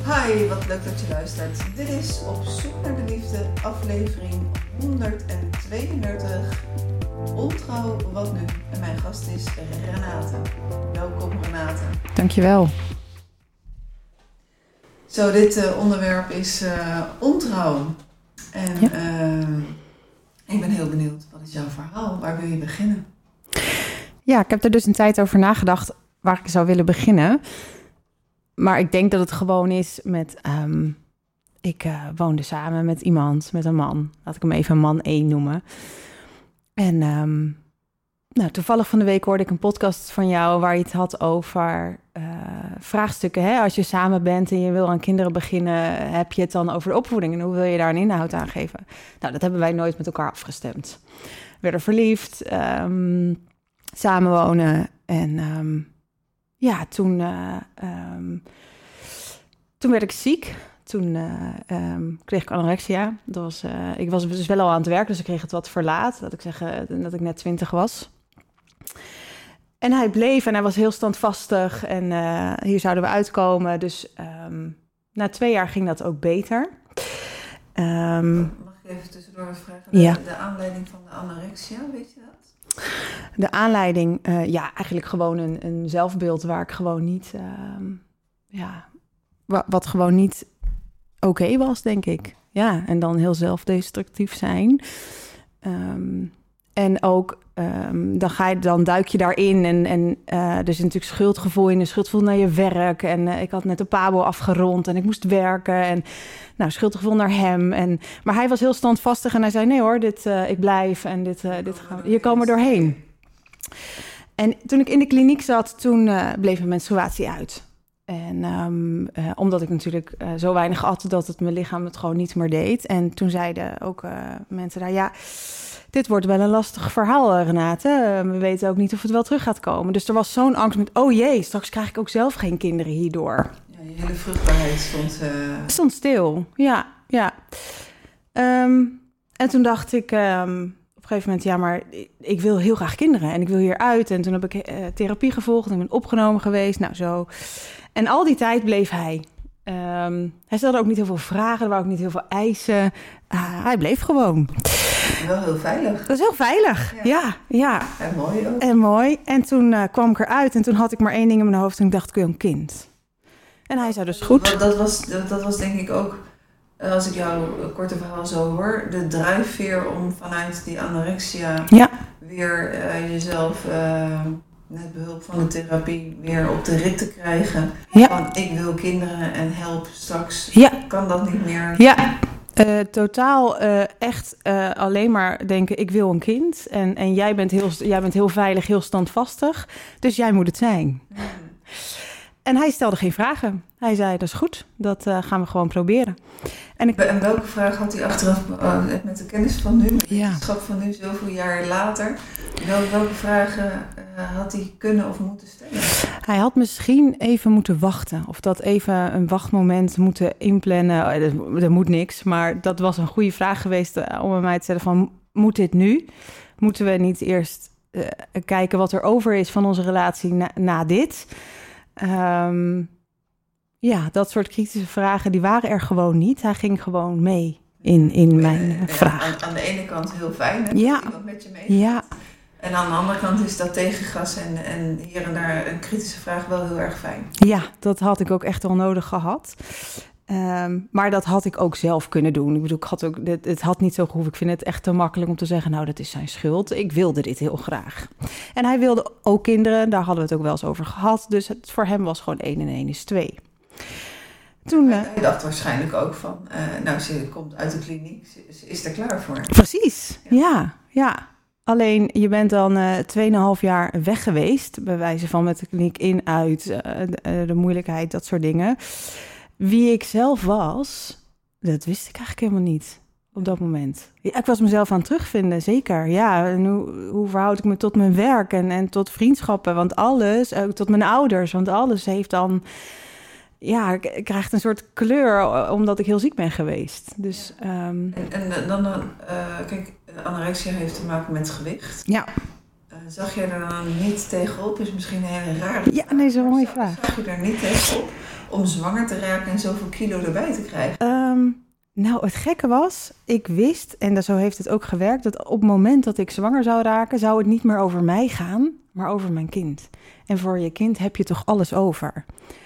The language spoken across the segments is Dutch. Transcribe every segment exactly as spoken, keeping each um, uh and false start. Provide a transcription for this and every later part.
Hi, wat leuk dat je luistert. Dit is Op zoek naar de liefde, aflevering honderdtweeëndertig. Ontrouw, wat nu? En mijn gast is Renate. Welkom Renate. Dankjewel. Zo, dit uh, onderwerp is uh, ontrouw. En ja. uh, ik ben heel benieuwd, wat is jouw verhaal? Waar wil je beginnen? Ja, ik heb er dus een tijd over nagedacht waar ik zou willen beginnen. Maar ik denk dat het gewoon is met... Um, ik uh, woonde samen met iemand, met een man. Laat ik hem even man één noemen. En um, nou, toevallig van de week hoorde ik een podcast van jou... waar je het had over uh, vraagstukken. Hè? Als je samen bent en je wil aan kinderen beginnen... heb je het dan over de opvoeding en hoe wil je daar een inhoud aan geven? Nou, dat hebben wij nooit met elkaar afgestemd. We werden verliefd, um, samenwonen en... Um, Ja, toen, uh, um, toen werd ik ziek. Toen uh, um, kreeg ik anorexia. Dat was, uh, ik was dus wel al aan het werk, dus ik kreeg het wat verlaat. Dat ik zeggen dat ik net twintig was. En hij bleef en hij was heel standvastig. En uh, hier zouden we uitkomen. Dus um, na twee jaar ging dat ook beter. Um, Mag ik even tussendoor wat vragen? De, ja. de aanleiding van de anorexia, weet je dat? De aanleiding, uh, ja, eigenlijk gewoon een, een zelfbeeld waar ik gewoon niet, uh, ja, wat, wat gewoon niet oké okay was, denk ik. Ja, en dan heel zelfdestructief zijn. Um, en ook, um, dan, ga je, dan duik je daarin en, en uh, er is natuurlijk schuldgevoel in, een schuldgevoel naar je werk. En uh, ik had net de pabo afgerond en ik moest werken en nou, schuldgevoel naar hem. En, maar hij was heel standvastig en hij zei, nee hoor, dit, uh, ik blijf en dit, uh, dit gaan we, hier komen we doorheen. En toen ik in de kliniek zat, toen uh, bleef mijn menstruatie uit. En um, uh, omdat ik natuurlijk uh, zo weinig at dat het mijn lichaam het gewoon niet meer deed. En toen zeiden ook uh, mensen daar, ja, dit wordt wel een lastig verhaal, Renate. Uh, we weten ook niet of het wel terug gaat komen. Dus er was zo'n angst met, oh jee, straks krijg ik ook zelf geen kinderen hierdoor. Ja, je hele vruchtbaarheid stond... Uh... Stond stil, ja, ja. Um, en toen dacht ik... Um, op een gegeven moment, ja, maar ik wil heel graag kinderen en ik wil hieruit. En toen heb ik uh, therapie gevolgd en ik ben opgenomen geweest, nou zo. En al die tijd bleef hij. Um, hij stelde ook niet heel veel vragen, er waren ook niet heel veel eisen. Uh, hij bleef gewoon. Wel heel veilig. Dat is heel veilig, ja. ja, ja. En mooi ook. En mooi. En toen uh, kwam ik eruit en toen had ik maar één ding in mijn hoofd en ik dacht, ik wil een kind. En hij zei dus goed. Dat was, dat, dat was denk ik ook... Als ik jouw korte verhaal zo hoor, de drijfveer om vanuit die anorexia ja. weer uh, jezelf, uh, met behulp van de therapie, weer op de rit te krijgen. Ja. Van ik wil kinderen en help straks, ja. kan dat niet meer. Ja, uh, totaal uh, echt uh, alleen maar denken ik wil een kind. En, en jij, bent heel, jij bent heel veilig, heel standvastig, dus jij moet het zijn. Hmm. En hij stelde geen vragen. Hij zei, dat is goed, dat uh, gaan we gewoon proberen. En, ik... en welke vraag had hij achteraf, uh, met de kennis van nu, met de ja. wetenschap van nu, zoveel jaar later, welke, welke vragen uh, had hij kunnen of moeten stellen? Hij had misschien even moeten wachten, of dat even een wachtmoment moeten inplannen. Er, er moet niks, maar dat was een goede vraag geweest uh, om aan mij te zeggen van, moet dit nu? Moeten we niet eerst uh, kijken wat er over is van onze relatie na, na dit? Um, ja, dat soort kritische vragen, die waren er gewoon niet. Hij ging gewoon mee in, in mijn uh, vraag. Aan, aan de ene kant heel fijn, hè, ja. dat iemand met je meegaat. Ja. En aan de andere kant is dat tegengas en, en hier en daar een kritische vraag wel heel erg fijn. Ja, dat had ik ook echt wel nodig gehad. Um, maar dat had ik ook zelf kunnen doen. Ik bedoel, ik had ook, het, het had niet zo gehoeven. Ik vind het echt te makkelijk om te zeggen, nou, dat is zijn schuld. Ik wilde dit heel graag. En hij wilde ook kinderen, daar hadden we het ook wel eens over gehad. Dus het, voor hem was gewoon één en één is twee. Toen, uh, hij dacht waarschijnlijk ook van, uh, nou, ze komt uit de kliniek, ze, ze is er klaar voor. Precies, ja, ja. ja. Alleen, je bent dan uh, tweeënhalf jaar weg geweest, bij wijze van met de kliniek in, uit, uh, de, de moeilijkheid, dat soort dingen. Wie ik zelf was, dat wist ik eigenlijk helemaal niet op dat moment. Ja, ik was mezelf aan het terugvinden, zeker. Ja, en hoe, hoe verhoud ik me tot mijn werk en, en tot vriendschappen? Want alles, ook tot mijn ouders, want alles heeft dan... Ja, krijgt een soort kleur omdat ik heel ziek ben geweest. Dus, ja. um... En, en dan, uh, kijk, anorexia heeft te maken met gewicht. Ja. Uh, zag je er dan niet tegenop? Is misschien een hele rare Ja, nee, zo'n mooie vraag. Zag je er niet tegenop? om zwanger te raken en zoveel kilo erbij te krijgen? Um, nou, het gekke was, ik wist, en zo heeft het ook gewerkt, dat op het moment dat ik zwanger zou raken, zou het niet meer over mij gaan, maar over mijn kind. En voor je kind heb je toch alles over.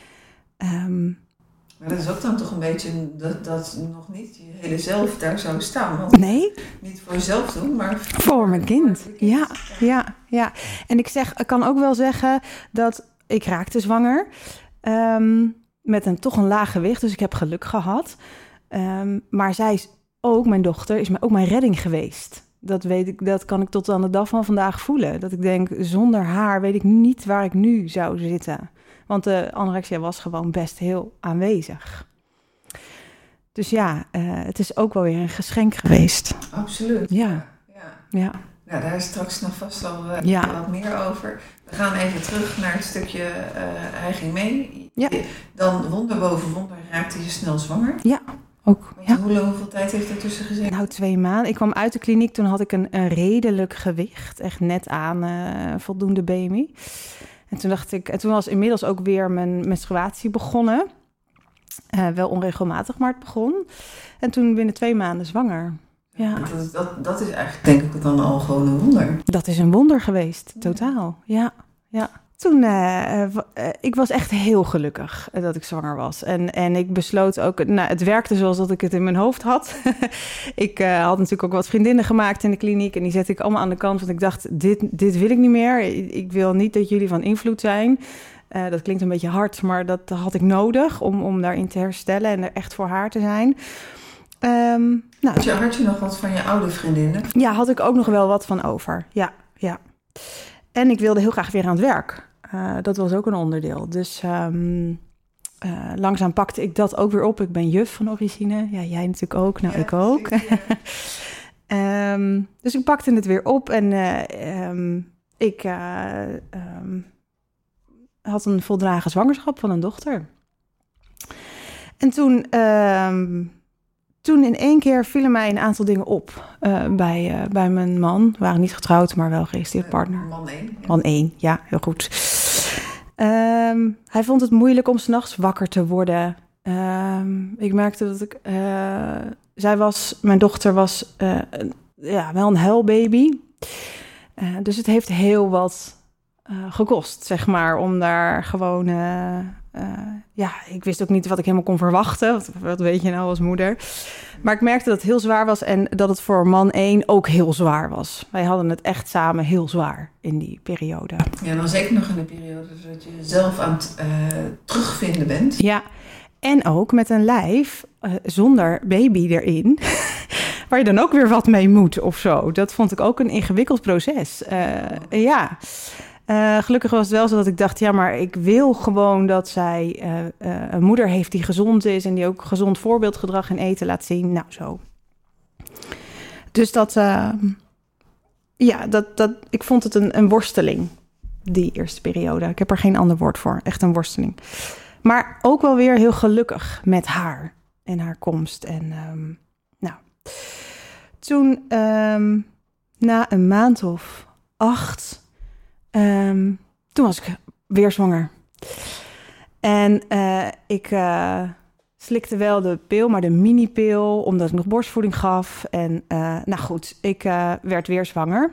Um, Maar dat is ook dan toch een beetje dat, dat nog niet je hele zelf daar zou staan. Want nee. Niet voor jezelf doen, maar voor, voor mijn kind. Voor kind. Ja, ja, ja. En ik, zeg, ik kan ook wel zeggen dat ik raakte zwanger um, met een toch een laag gewicht. Dus ik heb geluk gehad. Um, maar zij is ook, mijn dochter, is ook mijn redding geweest. Dat, weet ik, dat kan ik tot aan de dag van vandaag voelen. Dat ik denk, zonder haar weet ik niet waar ik nu zou zitten. Want de anorexia was gewoon best heel aanwezig. Dus ja, uh, het is ook wel weer een geschenk geweest. Absoluut. Ja. Ja. ja. Nou, daar is straks nog vast wel uh, ja. wat meer over. We gaan even terug naar het stukje, uh, hij ging mee. Ja. Dan wonder boven wonder raakte je snel zwanger. Ja, ook. Want ja. Hoe, hoeveel tijd heeft er tussen gezeten? Nou, twee maanden. Ik kwam uit de kliniek, toen had ik een, een redelijk gewicht. Echt net aan uh, voldoende B M I. En toen dacht ik, en toen was inmiddels ook weer mijn menstruatie begonnen. Uh, wel onregelmatig, maar het begon. En toen binnen twee maanden zwanger. Ja. Dat, dat, dat is eigenlijk denk ik dan al gewoon een wonder. Dat is een wonder geweest, totaal. Ja, ja. Toen, uh, uh, ik was echt heel gelukkig uh, dat ik zwanger was. En, en ik besloot ook, nou, het werkte zoals dat ik het in mijn hoofd had. ik uh, had natuurlijk ook wat vriendinnen gemaakt in de kliniek. En die zette ik allemaal aan de kant, want ik dacht, dit, dit wil ik niet meer. Ik, ik wil niet dat jullie van invloed zijn. Uh, dat klinkt een beetje hard, maar dat had ik nodig om, om daarin te herstellen en er echt voor haar te zijn. Um, nou, had, je, had je nog wat van je oude vriendinnen? Ja, had ik ook nog wel wat van over. Ja, ja. En ik wilde heel graag weer aan het werk. Uh, dat was ook een onderdeel. Dus um, uh, langzaam pakte ik dat ook weer op. Ik ben juf van origine. Ja, jij natuurlijk ook. Nou, ja, ik ook. um, dus ik pakte het weer op. En uh, um, ik uh, um, had een voldragen zwangerschap van een dochter. En toen... Um, Toen in één keer vielen mij een aantal dingen op uh, bij, uh, bij mijn man. We waren niet getrouwd, maar wel geregistreerd partner. Uh, man één. Ja. Man één, ja, heel goed. Um, hij vond het moeilijk om 's nachts wakker te worden. Um, ik merkte dat ik... Uh, zij was, mijn dochter was uh, ja, wel een huilbaby. Uh, dus het heeft heel wat uh, gekost, zeg maar, om daar gewoon... Uh, Uh, ja, ik wist ook niet wat ik helemaal kon verwachten. Wat, wat weet je nou als moeder? Maar ik merkte dat het heel zwaar was en dat het voor man één ook heel zwaar was. Wij hadden het echt samen heel zwaar in die periode. Ja, dan zeker nog in de periode dat je zelf aan het uh, terugvinden bent. Ja, en ook met een lijf uh, zonder baby erin... waar je dan ook weer wat mee moet of zo. Dat vond ik ook een ingewikkeld proces. Uh, oh. Ja... Uh, gelukkig was het wel zo dat ik dacht... ja, maar ik wil gewoon dat zij uh, uh, een moeder heeft die gezond is... en die ook gezond voorbeeldgedrag en eten laat zien. Nou, zo. Dus dat... Uh, ja, dat, dat, ik vond het een, een worsteling, die eerste periode. Ik heb er geen ander woord voor. Echt een worsteling. Maar ook wel weer heel gelukkig met haar en haar komst. En um, nou... Toen, um, na een maand of acht... Um, toen was ik weer zwanger. En uh, ik uh, slikte wel de pil, maar de mini-pil, omdat ik nog borstvoeding gaf. En uh, nou goed, ik uh, werd weer zwanger.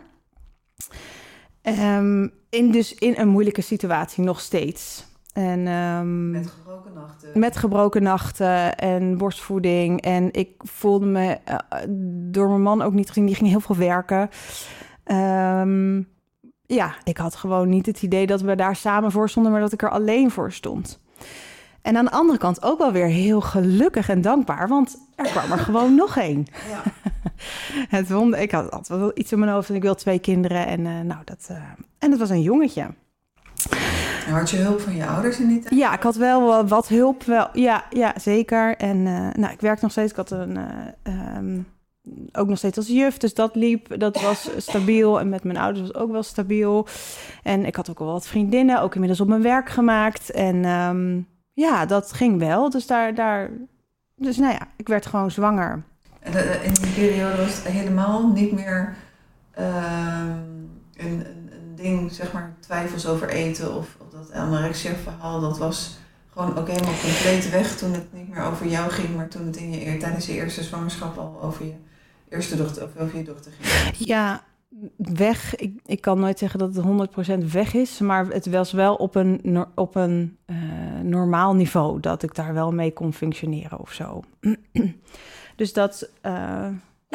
Um, in, dus in een moeilijke situatie nog steeds. En, um, met gebroken nachten. Met gebroken nachten en borstvoeding. En ik voelde me uh, door mijn man ook niet gezien. Die ging heel veel werken. Um, Ja, ik had gewoon niet het idee dat we daar samen voor stonden, maar dat ik er alleen voor stond. En aan de andere kant ook wel weer heel gelukkig en dankbaar, want er kwam er gewoon nog één. Ja. Het wonder, ik had altijd wel iets in mijn hoofd en ik wil twee kinderen. En, uh, nou, dat, uh, en het was een jongetje. En had je hulp van je ouders in die tijd? Ja, ik had wel wat hulp. Wel, ja, ja, zeker. En uh, nou, ik werkte nog steeds. Ik had een... Uh, um, ook nog steeds als juf, dus dat liep, dat was stabiel. En met mijn ouders was ook wel stabiel. En ik had ook wel wat vriendinnen, ook inmiddels op mijn werk gemaakt. En um, ja, dat ging wel. Dus daar, daar, dus nou ja, ik werd gewoon zwanger. En uh, in die periode was het helemaal niet meer uh, een, een, een ding, zeg maar, twijfels over eten of, of dat anorexia verhaal. Dat was gewoon ook helemaal compleet weg toen het niet meer over jou ging, maar toen het in je, tijdens je eerste zwangerschap al over je eerste dochter of over je dochter ging? Ja, weg. Ik, ik kan nooit zeggen dat het honderd procent weg is, maar het was wel op een, op een uh, normaal niveau dat ik daar wel mee kon functioneren of zo. Dus dat... Uh, ja.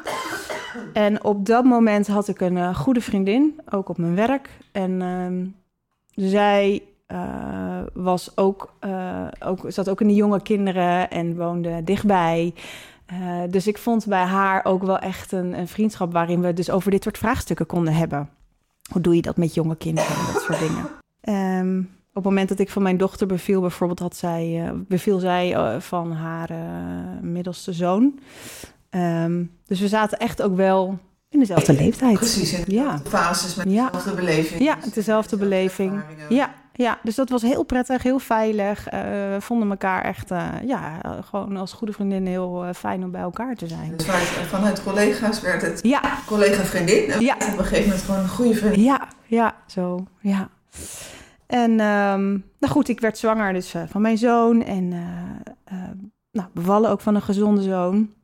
En op dat moment had ik een uh, goede vriendin, ook op mijn werk. En uh, zij uh, was ook, uh, ook, zat ook in de jonge kinderen en woonde dichtbij. Uh, dus ik vond bij haar ook wel echt een, een vriendschap waarin we dus over dit soort vraagstukken konden hebben. Hoe doe je dat met jonge kinderen en dat soort dingen? Um, op het moment dat ik van mijn dochter beviel, bijvoorbeeld had zij, uh, beviel zij uh, van haar uh, middelste zoon. Um, dus we zaten echt ook wel in dezelfde leeftijd. Precies, in ja. de fases met ja. dezelfde beleving. Ja, dezelfde beleving. Ja, ja, dus dat was heel prettig, heel veilig. Uh, we vonden elkaar echt, uh, ja, gewoon als goede vriendin heel uh, fijn om bij elkaar te zijn. Dus vanuit collega's werd het ja. collega-vriendin en ja. op een gegeven moment gewoon een goede vriendin. Ja, ja, zo, ja. En um, nou goed, ik werd zwanger dus uh, van mijn zoon en uh, uh, nou, bevallen ook van een gezonde zoon.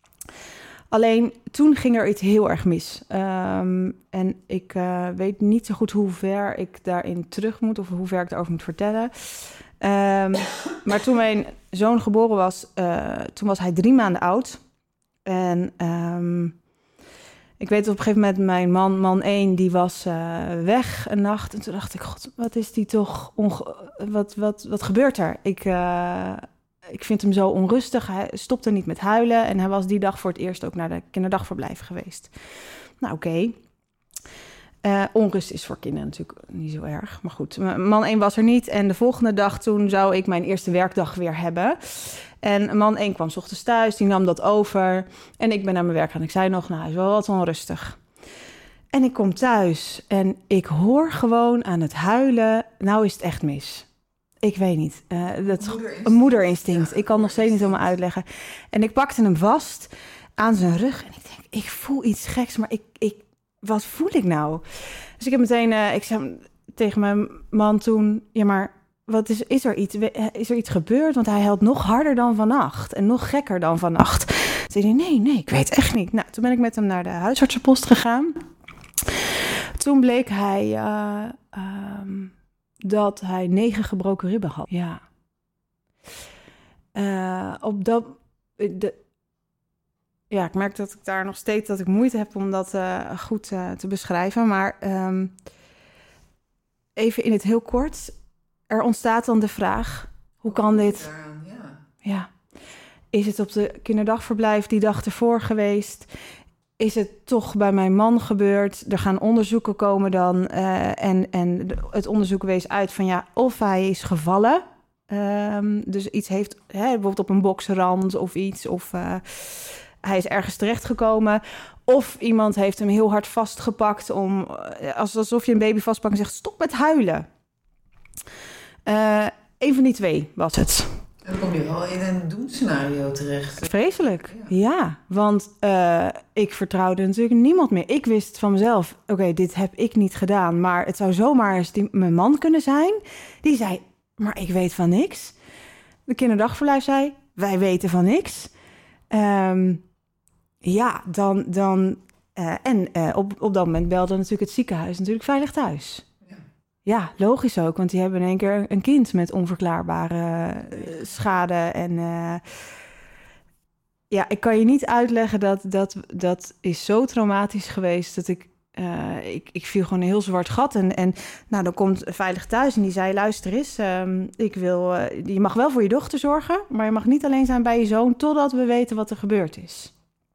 Alleen toen ging er iets heel erg mis. Um, en ik uh, weet niet zo goed hoe ver ik daarin terug moet of hoe ver ik daarover moet vertellen. Um, maar toen mijn zoon geboren was, uh, toen was hij drie maanden oud. En um, ik weet op een gegeven moment, mijn man, man één, die was uh, weg een nacht. En toen dacht ik, god, wat is die toch, onge- wat, wat, wat gebeurt er? Ik... Uh, Ik vind hem zo onrustig. Hij stopte niet met huilen. En hij was die dag voor het eerst ook naar de kinderdagverblijf geweest. Nou, oké. Okay. Uh, onrust is voor kinderen natuurlijk niet zo erg. Maar goed, man één was er niet. En de volgende dag toen zou ik mijn eerste werkdag weer hebben. En man één kwam 's ochtends thuis. Die nam dat over. En ik ben naar mijn werk gaan. Ik zei nog, nou, hij is wel wat onrustig. En ik kom thuis. En ik hoor gewoon aan het huilen. Nou is het echt mis. Ik weet niet. Uh, dat moederinstinct. Een moederinstinct. Ja, ik kan nog steeds niet helemaal uitleggen. En ik pakte hem vast aan zijn rug. En ik denk, ik voel iets geks, maar ik, ik, wat voel ik nou? Dus ik heb meteen, uh, ik zei tegen mijn man toen, ja, maar wat is, is er iets? Is er iets gebeurd? Want hij huilt nog harder dan vannacht en nog gekker dan vannacht. Toen zei hij, nee, nee, ik weet echt niet. Nou, toen ben ik met hem naar de huisartsenpost gegaan. Toen bleek hij... Uh, um, dat hij negen gebroken ribben had. Ja. Uh, op dat... De, ja, ik merk dat ik daar nog steeds dat ik moeite heb om dat uh, goed uh, te beschrijven. Maar um, even in het heel kort. Er ontstaat dan de vraag, hoe kan dit... Ja. ja. Is het op de kinderdagverblijf die dag ervoor geweest? Is het toch bij mijn man gebeurd? Er gaan onderzoeken komen dan. Uh, en, en het onderzoek wees uit van ja, of hij is gevallen. Um, dus iets heeft, hè, bijvoorbeeld op een boksrand of iets. Of uh, hij is ergens terechtgekomen. Of iemand heeft hem heel hard vastgepakt. Om, alsof je een baby vastpakt en zegt, stop met huilen. Uh, een van die twee was het. Dan kom je wel in een doemscenario terecht. Vreselijk, ja. ja want uh, ik vertrouwde natuurlijk niemand meer. Ik wist van mezelf, oké, okay, dit heb ik niet gedaan. Maar het zou zomaar eens die, mijn man kunnen zijn. Die zei, maar ik weet van niks. De kinderdagverblijf zei, wij weten van niks. Um, ja, dan... dan uh, en uh, op, op dat moment belde natuurlijk het ziekenhuis natuurlijk veilig thuis. Ja, logisch ook, want die hebben in één keer een kind met onverklaarbare uh, schade. En uh, ja, ik kan je niet uitleggen dat dat, dat is zo traumatisch geweest dat ik, uh, ik, ik viel gewoon een heel zwart gat. En, en nou, dan komt Veilig Thuis en die zei, luister eens, um, ik wil, uh, je mag wel voor je dochter zorgen, maar je mag niet alleen zijn bij je zoon totdat we weten wat er gebeurd is.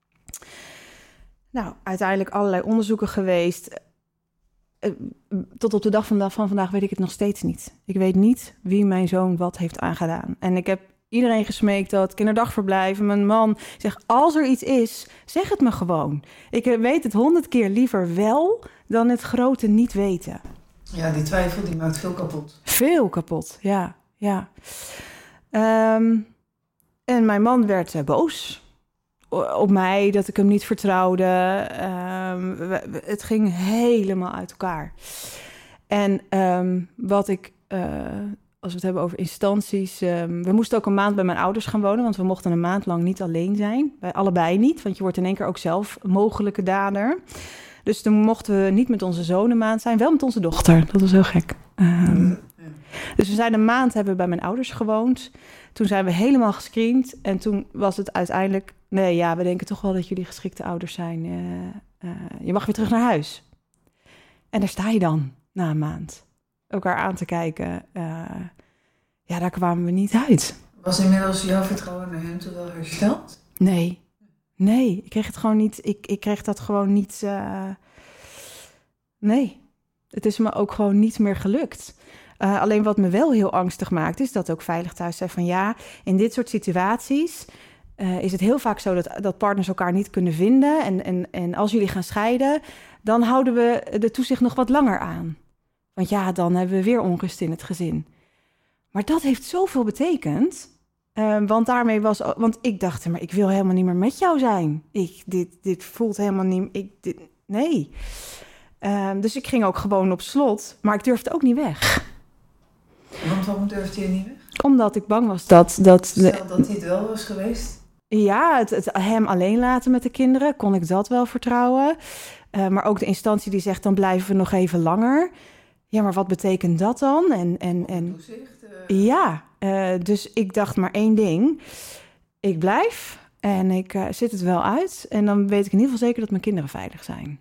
Nou, uiteindelijk allerlei onderzoeken geweest. Tot op de dag van, van vandaag weet ik het nog steeds niet. Ik weet niet wie mijn zoon wat heeft aangedaan. En ik heb iedereen gesmeekt, dat kinderdagverblijf, mijn man zegt, als er iets is, zeg het me gewoon. Ik weet het honderd keer liever wel dan het grote niet weten. Ja, die twijfel die maakt veel kapot. Veel kapot, ja. ja. Um, en mijn man werd uh, boos op mij, dat ik hem niet vertrouwde. Um, we, we, het ging helemaal uit elkaar. En um, wat ik uh, als we het hebben over instanties... Um, we moesten ook een maand bij mijn ouders gaan wonen... want we mochten een maand lang niet alleen zijn. Wij allebei niet, want je wordt in één keer ook zelf mogelijke dader. Dus toen mochten we niet met onze zoon een maand zijn... wel met onze dochter, dat was heel gek. Um, ja. Dus we zijn een maand hebben we bij mijn ouders gewoond. Toen zijn we helemaal gescreend. En toen was het uiteindelijk... nee, ja, we denken toch wel dat jullie geschikte ouders zijn. Uh, uh, je mag weer terug naar huis. En daar sta je dan, na een maand. Elkaar aan te kijken. Uh, ja, daar kwamen we niet uit. Was inmiddels jouw vertrouwen naar hem toen wel hersteld? Nee. Nee, ik kreeg het gewoon niet... Ik, ik kreeg dat gewoon niet... Uh, nee. Het is me ook gewoon niet meer gelukt. Uh, alleen wat me wel heel angstig maakt... is dat ook Veilig Thuis zei van... ja, in dit soort situaties... Uh, is het heel vaak zo dat, dat partners elkaar niet kunnen vinden. En, en, en als jullie gaan scheiden... dan houden we de toezicht nog wat langer aan. Want ja, dan hebben we weer onrust in het gezin. Maar dat heeft zoveel betekend. Uh, want daarmee was... Want ik dacht, maar ik wil helemaal niet meer met jou zijn. Ik, dit, dit voelt helemaal niet... Ik, dit, nee. Uh, dus ik ging ook gewoon op slot. Maar ik durfde ook niet weg. Want waarom durfde je niet weg? Omdat ik bang was dat... dat Stel dat hij het wel was geweest? Ja, het, het hem alleen laten met de kinderen. Kon ik dat wel vertrouwen. Uh, maar ook de instantie die zegt, dan blijven we nog even langer. Ja, maar wat betekent dat dan? En, en, en... Toezicht? Uh... Ja, uh, dus ik dacht maar één ding. Ik blijf en ik uh, zit het wel uit. En dan weet ik in ieder geval zeker dat mijn kinderen veilig zijn.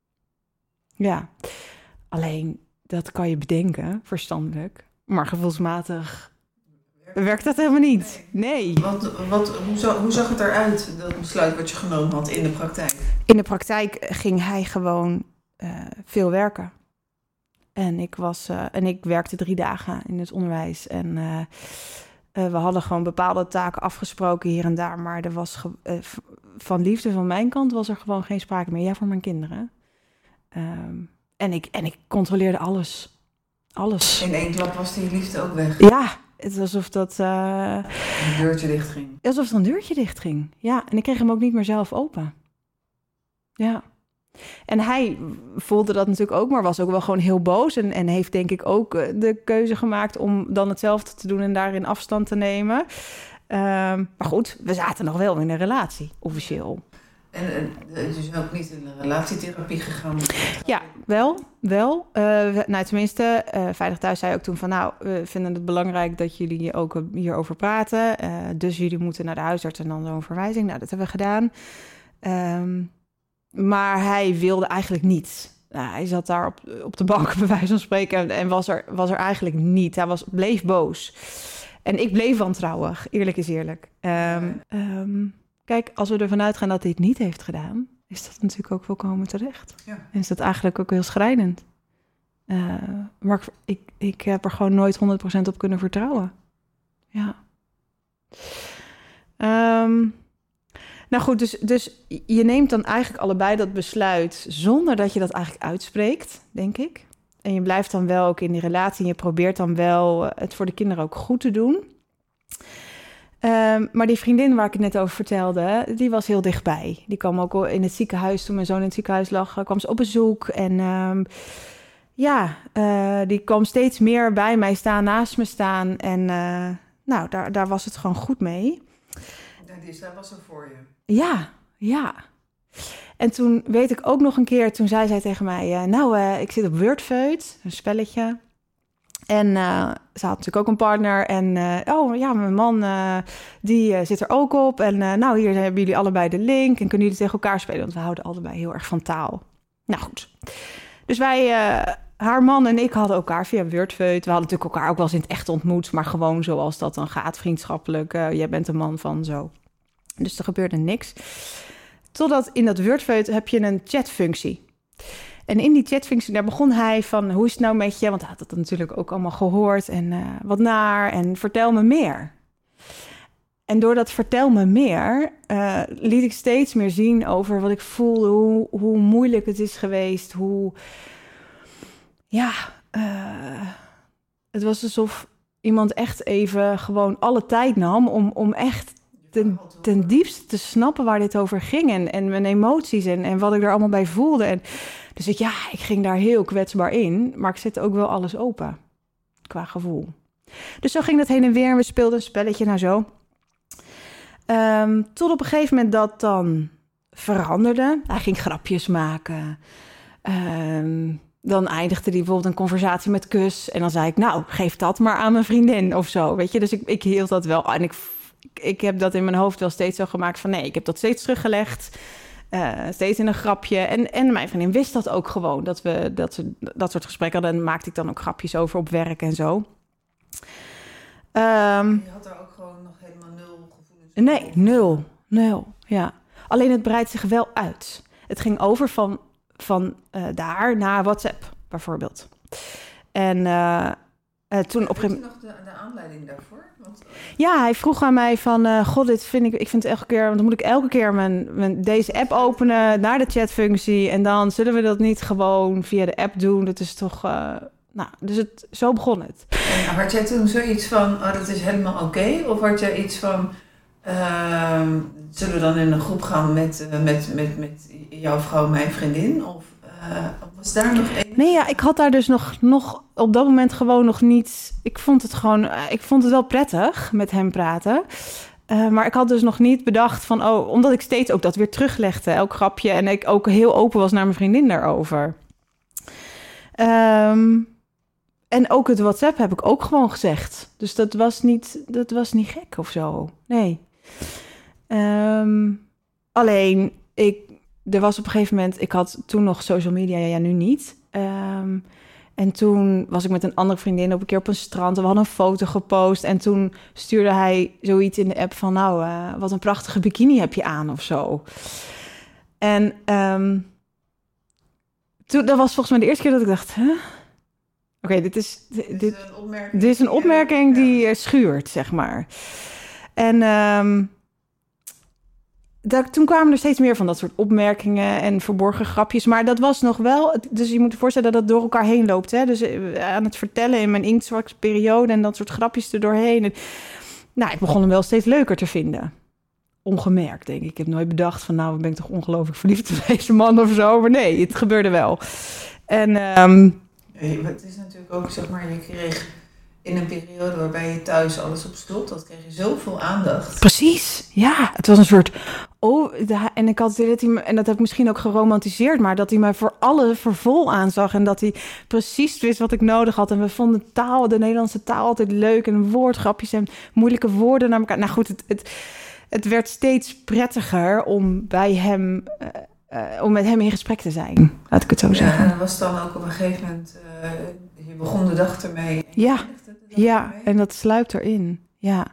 Ja, alleen dat kan je bedenken, verstandelijk. Maar gevoelsmatig werkt dat helemaal niet. Nee. Want, wat, hoe, zag, hoe zag het eruit, dat besluit wat je genomen had in de praktijk? In de praktijk ging hij gewoon uh, veel werken. En ik, was, uh, en ik werkte drie dagen in het onderwijs. En uh, uh, we hadden gewoon bepaalde taken afgesproken hier en daar. Maar er was ge- uh, van liefde van mijn kant was er gewoon geen sprake meer. Ja, voor mijn kinderen. Um, en, ik, en ik controleerde alles. Alles. In één klap was die liefde ook weg? Ja, het was alsof dat... Uh, een deurtje dicht ging. Alsof er een deurtje dicht ging. Ja, en ik kreeg hem ook niet meer zelf open. Ja. En hij voelde dat natuurlijk ook, maar was ook wel gewoon heel boos. En, en heeft denk ik ook de keuze gemaakt om dan hetzelfde te doen en daarin afstand te nemen. Um, maar goed, we zaten nog wel in een relatie, officieel. En, en dus ook niet in een relatietherapie gegaan? Ja, wel. wel. Uh, nou, tenminste, uh, Veilig Thuis zei ook toen van... nou, we vinden het belangrijk dat jullie ook hierover praten. Uh, dus jullie moeten naar de huisarts en dan zo'n verwijzing. Nou, dat hebben we gedaan. Um, maar hij wilde eigenlijk niet. Nou, hij zat daar op, op de bank, bij wijze van spreken... en was er, was er eigenlijk niet. Hij was, bleef boos. En ik bleef wantrouwig, eerlijk is eerlijk. Um, um, Kijk, als we ervan uitgaan dat hij het niet heeft gedaan... is dat natuurlijk ook volkomen terecht. Ja. En is dat eigenlijk ook heel schrijnend. Uh, maar ik, ik heb er gewoon nooit honderd procent op kunnen vertrouwen. Ja. Um, nou goed, dus, dus je neemt dan eigenlijk allebei dat besluit... zonder dat je dat eigenlijk uitspreekt, denk ik. En je blijft dan wel ook in die relatie... en je probeert dan wel het voor de kinderen ook goed te doen... Um, maar die vriendin waar ik het net over vertelde, die was heel dichtbij. Die kwam ook in het ziekenhuis, toen mijn zoon in het ziekenhuis lag, kwam ze op bezoek. En um, ja, uh, die kwam steeds meer bij mij staan, naast me staan. En uh, nou, daar, daar was het gewoon goed mee. Dus daar was er voor je? Ja, ja. En toen weet ik ook nog een keer, toen zei zij tegen mij... Uh, nou, uh, ik zit op Wordfeud, een spelletje... En uh, ze had natuurlijk ook een partner. En uh, oh ja, mijn man uh, die uh, zit er ook op. En uh, nou, hier hebben jullie allebei de link. En kunnen jullie tegen elkaar spelen? Want we houden allebei heel erg van taal. Nou goed. Dus wij, uh, haar man en ik hadden elkaar via Wordfeud. We hadden natuurlijk elkaar ook wel eens in het echt ontmoet. Maar gewoon zoals dat dan gaat, vriendschappelijk. Uh, jij bent een man van zo. Dus er gebeurde niks. Totdat in dat Wordfeud heb je een chatfunctie. En in die chatfunctie, daar begon hij van... hoe is het nou met je? Want hij had dat natuurlijk ook allemaal gehoord. En uh, wat naar. En vertel me meer. En door dat vertel me meer... Uh, liet ik steeds meer zien over wat ik voelde. Hoe, hoe moeilijk het is geweest. Hoe... Ja... Uh, het was alsof iemand echt even gewoon alle tijd nam... om, om echt ten, ten diepste te snappen waar dit over ging. En, en mijn emoties en, en wat ik er allemaal bij voelde. En... Dus ik, ja, ik ging daar heel kwetsbaar in, maar ik zette ook wel alles open, qua gevoel. Dus zo ging dat heen en weer en we speelden een spelletje nou zo. Um, tot op een gegeven moment dat dan veranderde. Hij ging grapjes maken. Um, dan eindigde hij bijvoorbeeld een conversatie met kus. En dan zei ik, nou, geef dat maar aan mijn vriendin of zo. Weet je, dus ik, ik hield dat wel. En ik, ik heb dat in mijn hoofd wel steeds zo gemaakt van... nee, ik heb dat steeds teruggelegd. Uh, steeds in een grapje. En, en mijn vriendin wist dat ook gewoon. Dat we dat, we, dat soort gesprekken hadden. En maakte ik dan ook grapjes over op werk en zo. Um, je had daar ook gewoon nog helemaal nul gevoelens? Nee, nul. Nul, ja. Alleen het breidt zich wel uit. Het ging over van, van uh, daar naar WhatsApp, bijvoorbeeld. En uh, uh, toen op een gegeven moment... nog de, de aanleiding daarvoor? Want, uh... Ja, hij vroeg aan mij van... Uh, god, dit vind ik... Ik vind het elke keer... Want dan moet ik elke keer mijn, mijn, deze app openen... naar de chatfunctie... en dan zullen we dat niet gewoon via de app doen. Dat is toch... Uh, nou, dus het, zo begon het. En had jij toen zoiets van... oh, dat is helemaal oké? Okay? Of had jij iets van... Uh, zullen we dan in een groep gaan met, uh, met, met, met jouw vrouw, mijn vriendin? Of uh, was daar nog één? Nee, ja, ik had daar dus nog, nog op dat moment gewoon nog niet... Ik vond het gewoon... Uh, ik vond het wel prettig met hem praten. Uh, maar ik had dus nog niet bedacht van... oh, omdat ik steeds ook dat weer teruglegde, elk grapje. En ik ook heel open was naar mijn vriendin daarover. Um, en ook het WhatsApp heb ik ook gewoon gezegd. Dus dat was niet, dat was niet gek of zo. Nee. Um, alleen, ik, er was op een gegeven moment... Ik had toen nog social media, ja, nu niet. Um, en toen was ik met een andere vriendin op een keer op een strand... en we hadden een foto gepost. En toen stuurde hij zoiets in de app van... nou, uh, wat een prachtige bikini heb je aan of zo. En um, toen, dat was volgens mij de eerste keer dat ik dacht... Huh? Oké, okay, dit is... Dit, dit, is een opmerking, dit is een opmerking die, die ja. schuurt, zeg maar. En um, dat, toen kwamen er steeds meer van dat soort opmerkingen en verborgen grapjes. Maar dat was nog wel... Dus je moet je voorstellen dat dat door elkaar heen loopt. Hè? Dus aan het vertellen in mijn inktzwaksperiode en dat soort grapjes er doorheen. En, nou, ik begon hem wel steeds leuker te vinden. Ongemerkt, denk ik. Ik heb nooit bedacht van... nou, ben ik toch ongelooflijk verliefd op deze man of zo. Maar nee, het gebeurde wel. En... Um, nee, het is natuurlijk ook, zeg maar, je kreeg... in een periode waarbij je thuis alles op slot had, kreeg je zoveel aandacht. Precies, ja. Het was een soort... Oh, en ik had dat hij, en dat heb ik misschien ook geromantiseerd, maar dat hij mij voor alle vervol aanzag en dat hij precies wist wat ik nodig had. En we vonden taal, de Nederlandse taal, altijd leuk en woordgrapjes en moeilijke woorden naar elkaar. Nou goed, het, het, het werd steeds prettiger om bij hem... Uh, Uh, om met hem in gesprek te zijn, laat ik het zo zeggen. Ja, en dat was dan ook op een gegeven moment... Uh, je begon de dag ermee. En ja, ja ermee. En dat sluipt erin. Ja.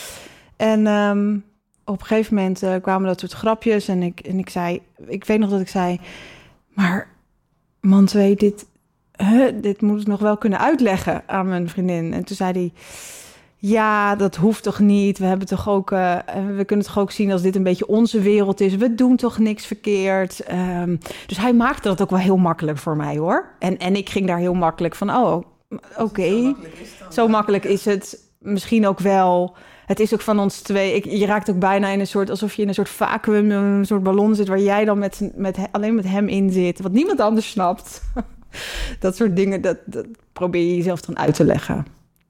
En um, op een gegeven moment uh, kwamen dat soort grapjes... en ik, en ik zei... Ik weet nog dat ik zei... maar man twee, dit, huh, dit moet ik nog wel kunnen uitleggen aan mijn vriendin. En toen zei hij... ja, dat hoeft toch niet. We hebben toch ook, uh, we kunnen toch ook zien als dit een beetje onze wereld is. We doen toch niks verkeerd. Um, dus hij maakte dat ook wel heel makkelijk voor mij, hoor. En, en ik ging daar heel makkelijk van, oh, oké. Okay. Zo makkelijk is het. Zo makkelijk is het. Misschien ook wel. Het is ook van ons twee. Ik, je raakt ook bijna in een soort, alsof je in een soort vacuüm, een soort ballon zit, waar jij dan met, met, alleen met hem in zit. Wat niemand anders snapt. Dat soort dingen, dat, dat probeer je jezelf dan uit te leggen.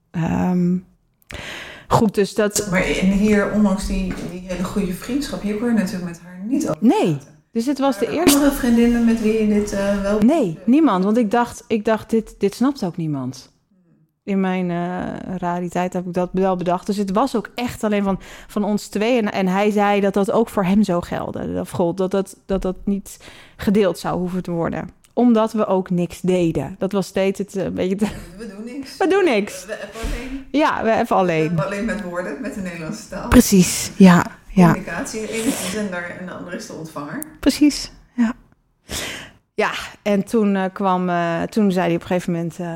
Um, Goed, dus dat... Maar en hier, ondanks die, die hele goede vriendschap, hier kon je natuurlijk met haar niet over Nee, praten. Dus dit was maar de eerste... andere vriendinnen met wie je dit uh, wel... Nee, niemand. Want ik dacht, ik dacht dit, dit snapt ook niemand. In mijn uh, realiteit heb ik dat wel bedacht. Dus het was ook echt alleen van, van ons twee. En, en hij zei dat dat ook voor hem zou gelden. Of gold, dat dat, dat dat niet gedeeld zou hoeven te worden. Omdat we ook niks deden. Dat was steeds het uh, beetje... Te... We doen niks. We doen niks. We appen alleen. Ja, we appen alleen. We appen alleen met woorden, met de Nederlandse taal. Precies, ja. Communicatie. De ene is de zender en de andere is de ontvanger. Precies, ja. Ja, en toen uh, kwam... Uh, toen zei hij op een gegeven moment... Uh,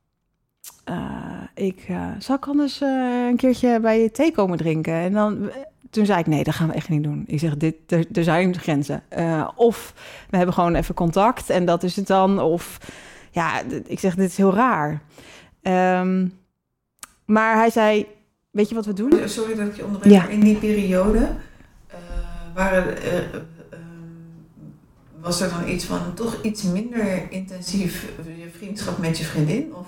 uh, ik, uh, zal ik anders uh, een keertje bij je thee komen drinken? En dan... Toen zei ik, nee, dat gaan we echt niet doen. Ik zeg, dit, er, er zijn grenzen. Uh, of we hebben gewoon even contact en dat is het dan. Of, ja, ik zeg, dit is heel raar. Um, maar hij zei, weet je wat we doen? Sorry dat ik je onderbreek, ja. In die periode uh, waren, uh, uh, uh, was er dan iets van toch iets minder intensief je vriendschap met je vriendin? Of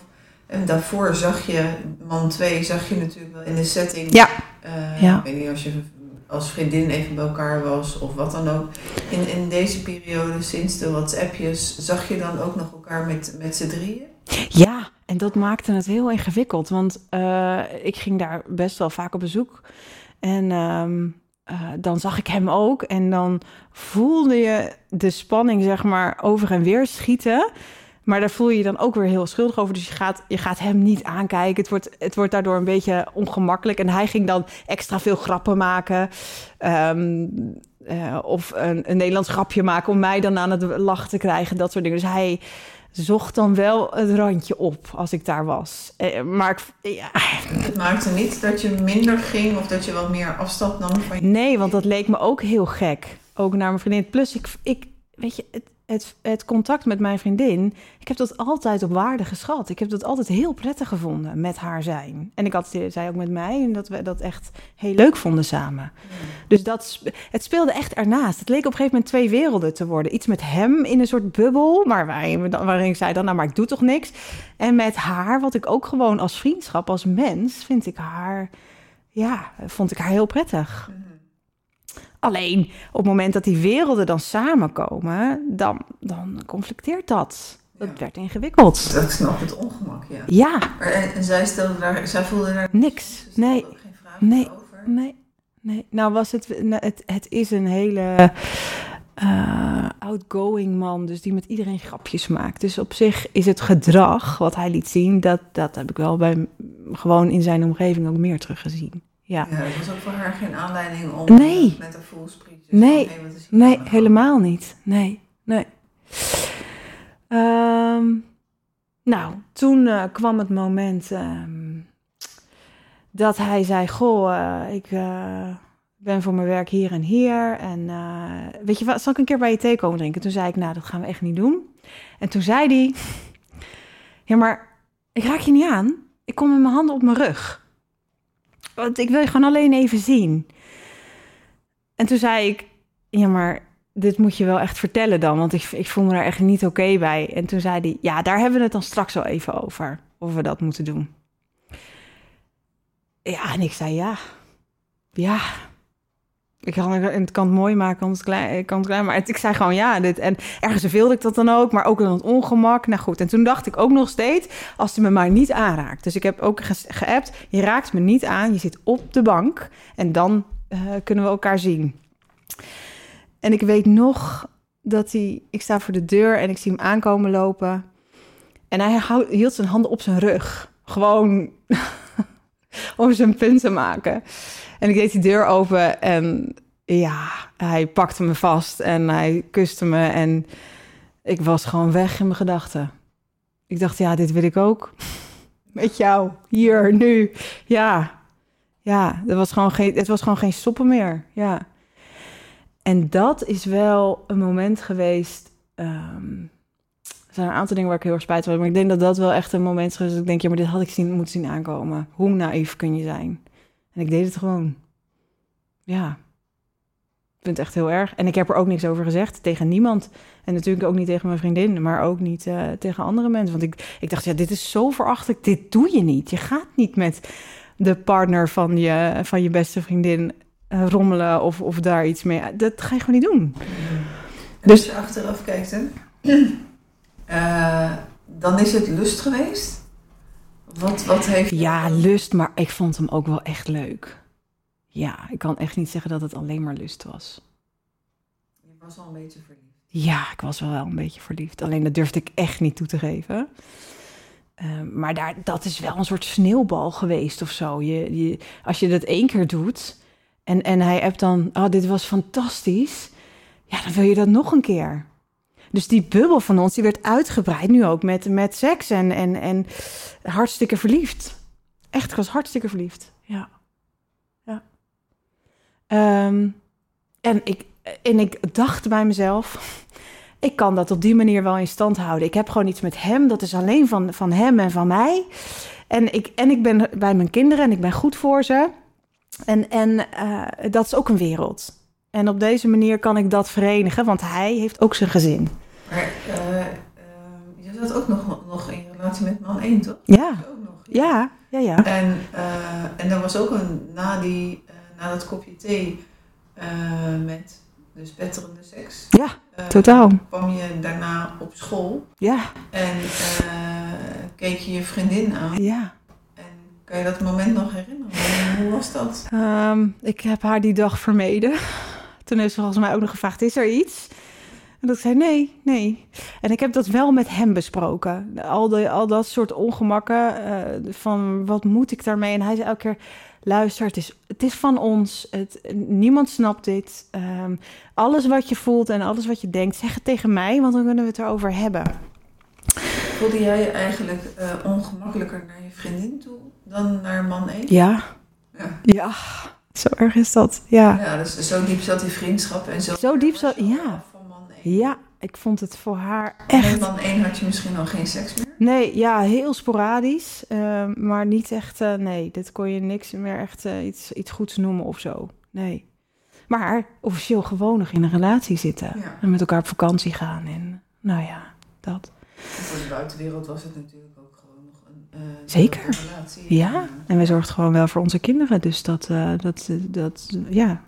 En daarvoor zag je, man twee, zag je natuurlijk wel in de setting. Ja. Uh, ja. Ik weet niet, als je als vriendin even bij elkaar was of wat dan ook. In, in deze periode, sinds de WhatsAppjes, zag je dan ook nog elkaar met, met z'n drieën? Ja, en dat maakte het heel ingewikkeld. Want uh, ik ging daar best wel vaak op bezoek. En um, uh, dan zag ik hem ook. En dan voelde je de spanning, zeg maar, over en weer schieten. Maar daar voel je je dan ook weer heel schuldig over. Dus je gaat, je gaat hem niet aankijken. Het wordt, het wordt daardoor een beetje ongemakkelijk. En hij ging dan extra veel grappen maken. Um, uh, of een, een Nederlands grapje maken om mij dan aan het lachen te krijgen. Dat soort dingen. Dus hij zocht dan wel het randje op als ik daar was. Uh, maar ik, ja. Het maakte niet dat je minder ging of dat je wat meer afstand nam van je... Nee, want dat leek me ook heel gek. Ook naar mijn vriendin. Plus, ik, ik weet je... Het, Het, het contact met mijn vriendin, ik heb dat altijd op waarde geschat. Ik heb dat altijd heel prettig gevonden, met haar zijn. En ik had zij ook met mij, en dat we dat echt heel leuk vonden samen. Ja. Dus dat, het speelde echt ernaast. Het leek op een gegeven moment twee werelden te worden. Iets met hem in een soort bubbel, maar waarin, waarin ik zei dan, nou, maar ik doe toch niks. En met haar, wat ik ook gewoon als vriendschap, als mens, vind ik haar, ja, vond ik haar heel prettig. Ja. Alleen, op het moment dat die werelden dan samenkomen, dan, dan conflicteert dat. Dat ja. werd ingewikkeld. Dat snap het ongemak, ja. Ja. Maar, en, en zij stelde daar, zij voelde daar niks. Dus nee. Ook geen vraag nee. over? Nee. Nee. Nou was het, het, het is een hele uh, outgoing man, dus die met iedereen grapjes maakt. Dus op zich is het gedrag wat hij liet zien, dat, dat heb ik wel bij gewoon in zijn omgeving ook meer teruggezien. Ja. Ja, het was ook voor haar geen aanleiding om nee. met haar voelsprietjes... Nee, van, hey, wat is hier nee helemaal niet. Nee, nee. Um, nou, toen uh, kwam het moment um, dat hij zei... Goh, uh, ik uh, ben voor mijn werk hier en hier. En uh, weet je wat, zal ik een keer bij je thee komen drinken? Toen zei ik, nou, dat gaan we echt niet doen. En toen zei hij... Ja, maar ik raak je niet aan. Ik kom met mijn handen op mijn rug. Want ik wil je gewoon alleen even zien. En toen zei ik, ja, maar dit moet je wel echt vertellen dan. Want ik, ik voel me daar echt niet oké okay bij. En toen zei hij, ja, daar hebben we het dan straks wel even over. Of we dat moeten doen. Ja, en ik zei, ja. Ja. Ik kan het, kan het mooi maken, kan het klein, kan het klein. Maar het, ik zei gewoon ja. Dit, en ergens wilde ik dat dan ook. Maar ook in het ongemak. Nou goed. En toen dacht ik ook nog steeds, als hij me maar niet aanraakt. Dus ik heb ook ge- geappt. Je raakt me niet aan. Je zit op de bank. En dan uh, kunnen we elkaar zien. En ik weet nog dat hij... Ik sta voor de deur en ik zie hem aankomen lopen. En hij houd, hield zijn handen op zijn rug. Gewoon om zijn punt te maken. En ik deed die deur open en ja, hij pakte me vast en hij kuste me. En ik was gewoon weg in mijn gedachten. Ik dacht, ja, dit wil ik ook. Met jou, hier, nu. Ja, ja, het was gewoon geen, het was gewoon geen stoppen meer. Ja. En dat is wel een moment geweest. Um, er zijn een aantal dingen waar ik heel erg spijt van heb. Maar ik denk dat dat wel echt een moment is geweest dat ik denk, ja, maar dit had ik zien, moeten zien aankomen. Hoe naïef kun je zijn? En ik deed het gewoon. Ja. Ik vind het echt heel erg. En ik heb er ook niks over gezegd. Tegen niemand. En natuurlijk ook niet tegen mijn vriendin. Maar ook niet uh, tegen andere mensen. Want ik, ik dacht, ja, dit is zo verachtelijk. Dit doe je niet. Je gaat niet met de partner van je, van je beste vriendin uh, rommelen. Of, of daar iets mee. Dat ga je gewoon niet doen. En dus als je achteraf kijkt, hè, uh, dan is het lust geweest? Wat, wat heeft... Ja, lust. Maar ik vond hem ook wel echt leuk. Ja, ik kan echt niet zeggen dat het alleen maar lust was. Je was al een beetje verliefd. Ja, ik was wel, wel een beetje verliefd. Alleen dat durfde ik echt niet toe te geven. Uh, maar daar, dat is wel een soort sneeuwbal geweest of zo. Je, je, als je dat één keer doet en, en hij hebt dan... Oh, dit was fantastisch. Ja, dan wil je dat nog een keer. Dus die bubbel van ons, die werd uitgebreid nu ook met, met seks en, en, en hartstikke verliefd. Echt, ik was hartstikke verliefd, ja. Ja. Um, en, ik, en ik dacht bij mezelf, ik kan dat op die manier wel in stand houden. Ik heb gewoon iets met hem, dat is alleen van, van hem en van mij. En ik, en ik ben bij mijn kinderen en ik ben goed voor ze. En, en uh, dat is ook een wereld. En op deze manier kan ik dat verenigen, want hij heeft ook zijn gezin. Maar uh, uh, je zat ook nog, nog in je relatie je met man één, toch? Ja. Ook nog, ja, ja, ja. En, uh, en er was ook een, na, die, uh, na dat kopje thee uh, met de spetterende seks. Ja, uh, totaal. Kwam je daarna op school. Ja. En uh, keek je je vriendin aan. Ja. En kan je dat moment nog herinneren? Hoe was dat? Um, ik heb haar die dag vermeden. Toen heeft ze volgens mij ook nog gevraagd, is er iets? En dat ik zei, nee, nee. En ik heb dat wel met hem besproken. Al, de, al dat soort ongemakken uh, van wat moet ik daarmee? En hij zei elke keer, luister, het is, het is van ons. Het, niemand snapt dit. Um, alles wat je voelt en alles wat je denkt, zeg het tegen mij, want dan kunnen we het erover hebben. Voelde jij je eigenlijk uh, ongemakkelijker naar je vriendin toe dan naar man één? Ja. Ja. Ja. Zo erg is dat, ja. Ja, dus zo diep zat die vriendschap en zo. Zo diep zat, ja. Van man één. Ja, ik vond het voor haar echt... Met man één had je misschien al geen seks meer? Nee, ja, heel sporadisch. Uh, maar niet echt, uh, nee, dit kon je niks meer echt uh, iets, iets goeds noemen of zo. Nee. Maar officieel gewoon nog in een relatie zitten. Ja. En met elkaar op vakantie gaan en nou ja, dat. En voor de buitenwereld was het natuurlijk ook gewoon nog een, uh, Zeker. een relatie. Ja, en wij zorgden gewoon wel voor onze kinderen. Dus dat, uh, dat, dat ja.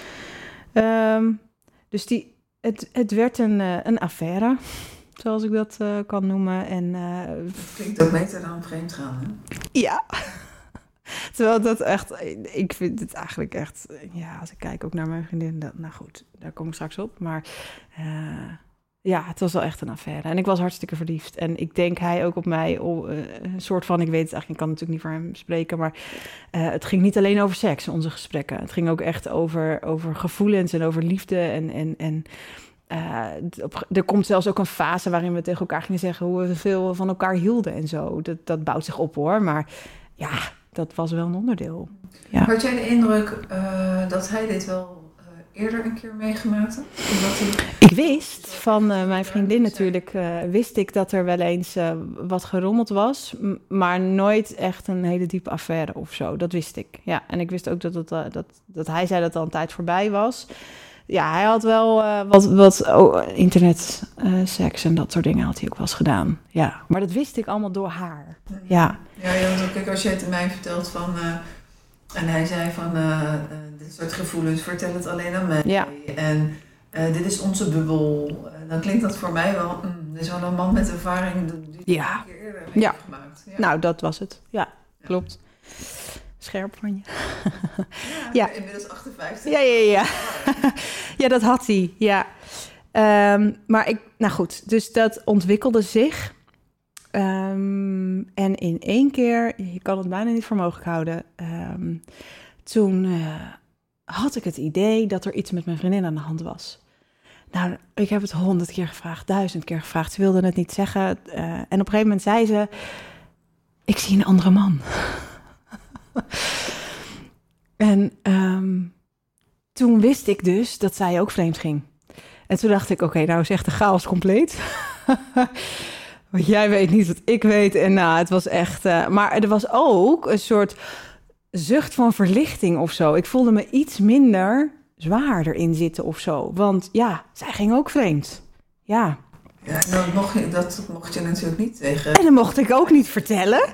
Um, dus die, het, het werd een, uh, een affaire, zoals ik dat uh, kan noemen. En, uh, klinkt ook beter dan vreemd gaan, hè? Ja. Terwijl dat echt, ik vind het eigenlijk echt, ja, als ik kijk ook naar mijn vriendin, dat, nou goed, daar kom ik straks op. Maar uh, ja, het was wel echt een affaire. En ik was hartstikke verliefd. En ik denk hij ook op mij, oh, uh, een soort van, ik weet het eigenlijk, ik kan natuurlijk niet voor hem spreken, maar uh, het ging niet alleen over seks, onze gesprekken. Het ging ook echt over, over gevoelens en over liefde en... en, en Uh, op, er komt zelfs ook een fase waarin we tegen elkaar gingen zeggen hoe we veel van elkaar hielden en zo. Dat, dat bouwt zich op hoor, maar ja, dat was wel een onderdeel. Ja. Had jij de indruk uh, dat hij dit wel uh, eerder een keer meegemaakt had? Hij... Ik wist van uh, mijn vriendin natuurlijk, uh, wist ik dat er wel eens uh, wat gerommeld was, m- maar nooit echt een hele diepe affaire of zo. Dat wist ik, ja. En ik wist ook dat, het, uh, dat, dat hij zei dat het al een tijd voorbij was. Ja, hij had wel uh, wat, wat oh, internet, uh, seks en dat soort dingen had hij ook wel eens gedaan. Ja, maar dat wist ik allemaal door haar. Ja, ja, ja want kijk, als je het mij vertelt van... Uh, en hij zei van, uh, uh, dit soort gevoelens, vertel het alleen aan mij. Ja. En uh, dit is onze bubbel. Uh, dan klinkt dat voor mij wel... Mm, dit is wel een man met ervaring die ja. een keer eerder heeft ja. gemaakt. Ja. Nou, dat was het. Ja, ja. Klopt. Scherp van je. Ja, ja. Inmiddels achtenvijftig. Ja, ja, ja. Ja, dat had hij, ja. Um, maar ik, nou goed, dus dat ontwikkelde zich. Um, en in één keer, je kan het bijna niet voor mogelijk houden. Um, toen uh, had ik het idee dat er iets met mijn vriendin aan de hand was. Nou, ik heb het honderd keer gevraagd, duizend keer gevraagd. Ze wilde het niet zeggen. Uh, en op een gegeven moment zei ze, ik zie een andere man. En um, toen wist ik dus dat zij ook vreemd ging. En toen dacht ik, oké, okay, nou is echt de chaos compleet. Want jij weet niet wat ik weet. En nou, het was echt... Uh, maar er was ook een soort zucht van verlichting of zo. Ik voelde me iets minder zwaar erin zitten of zo. Want ja, zij ging ook vreemd. Ja. Ja, dat mocht je, dat mocht je natuurlijk niet tegen... En dat mocht ik ook niet vertellen.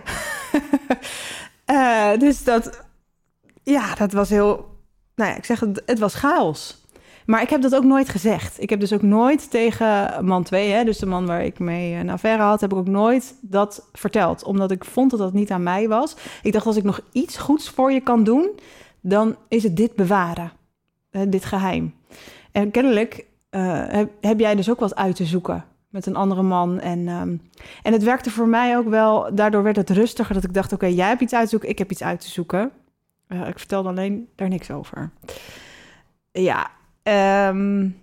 uh, dus dat... Ja, dat was heel... Nou ja, ik zeg het, het was chaos. Maar ik heb dat ook nooit gezegd. Ik heb dus ook nooit tegen man twee, hè, dus de man waar ik mee een affaire had, heb ik ook nooit dat verteld. Omdat ik vond dat dat niet aan mij was. Ik dacht, als ik nog iets goeds voor je kan doen, dan is het dit bewaren. Uh, dit geheim. En kennelijk uh, heb, heb jij dus ook wat uit te zoeken met een andere man. En, um, en het werkte voor mij ook wel, daardoor werd het rustiger. Dat ik dacht, oké, okay, jij hebt iets uit te zoeken, ik heb iets uit te zoeken. Uh, ik vertelde alleen daar niks over. Ja, um,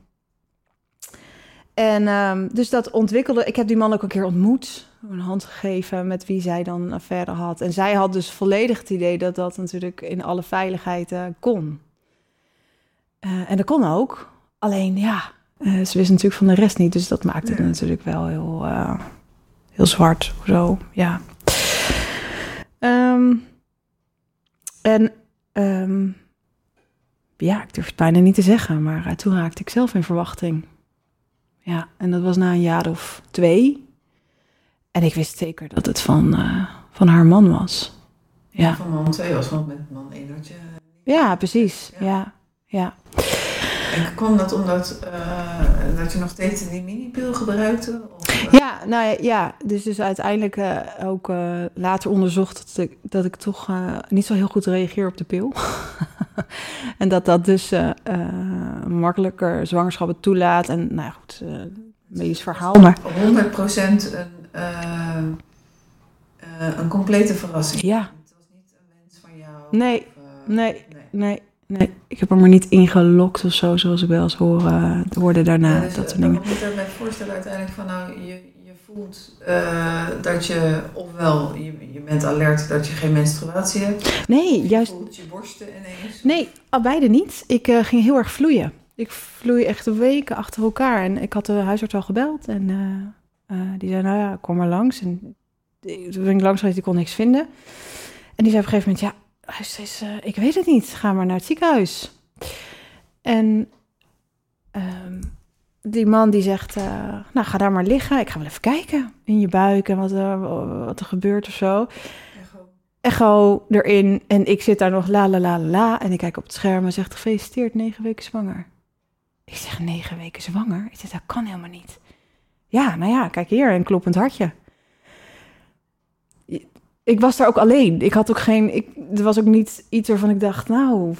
en um, dus dat ontwikkelde... Ik heb die man ook een keer ontmoet, een hand gegeven met wie zij dan een affaire had. En zij had dus volledig het idee dat dat natuurlijk in alle veiligheid uh, kon. Uh, en dat kon ook. Alleen, ja, uh, ze wist natuurlijk van de rest niet. Dus dat maakte het ja. natuurlijk wel heel, uh, heel zwart of zo, ja. Um, En um, ja, ik durf het bijna niet te zeggen, maar uh, toen raakte ik zelf in verwachting. Ja, en dat was na een jaar of twee. En ik wist zeker dat het van, uh, van haar man was. Ja, ja, van man twee was, want met man één had je... Ja, precies. Ja, ja. ja. En kwam dat omdat uh, dat je nog steeds die minipil gebruikte? Of, uh... Ja, nou ja, ja, dus, dus uiteindelijk uh, ook uh, later onderzocht dat ik, dat ik toch uh, niet zo heel goed reageer op de pil. En dat dat dus uh, uh, makkelijker zwangerschappen toelaat. En nou ja, goed, uh, medisch verhaal. Maar honderd procent een, uh, uh, een complete verrassing. Ja. Het was niet een wens van jou? Nee, of, uh, nee, nee, nee. Nee, ik heb er maar niet ingelokt of zo, zoals ik wel eens hoor, uh, hoorde daarna. Ja, dus, dat soort dingen. Ik moet je me voorstellen uiteindelijk van, nou, je, je voelt uh, dat je, ofwel, je, je bent alert dat je geen menstruatie hebt. Nee, je juist. Je voelt je borsten ineens. Nee, al beide niet. Ik uh, ging heel erg vloeien. Ik vloei echt weken achter elkaar. En ik had de huisarts al gebeld. En uh, uh, die zei, nou ja, kom maar langs. En toen ben ik langs geweest, die kon niks vinden. En die zei op een gegeven moment, ja, Is, uh, ik weet het niet, ga maar naar het ziekenhuis. En uh, die man die zegt, uh, nou ga daar maar liggen. Ik ga wel even kijken in je buik en wat, uh, wat er gebeurt of zo. Echo. Echo erin en ik zit daar nog la la la la. En ik kijk op het scherm en zegt, gefeliciteerd, negen weken zwanger. Ik zeg, negen weken zwanger? Ik zeg, dat kan helemaal niet. Ja, nou ja, kijk hier, een kloppend hartje. Ik was daar ook alleen. Ik had ook geen... Ik, er was ook niet iets waarvan ik dacht, nou...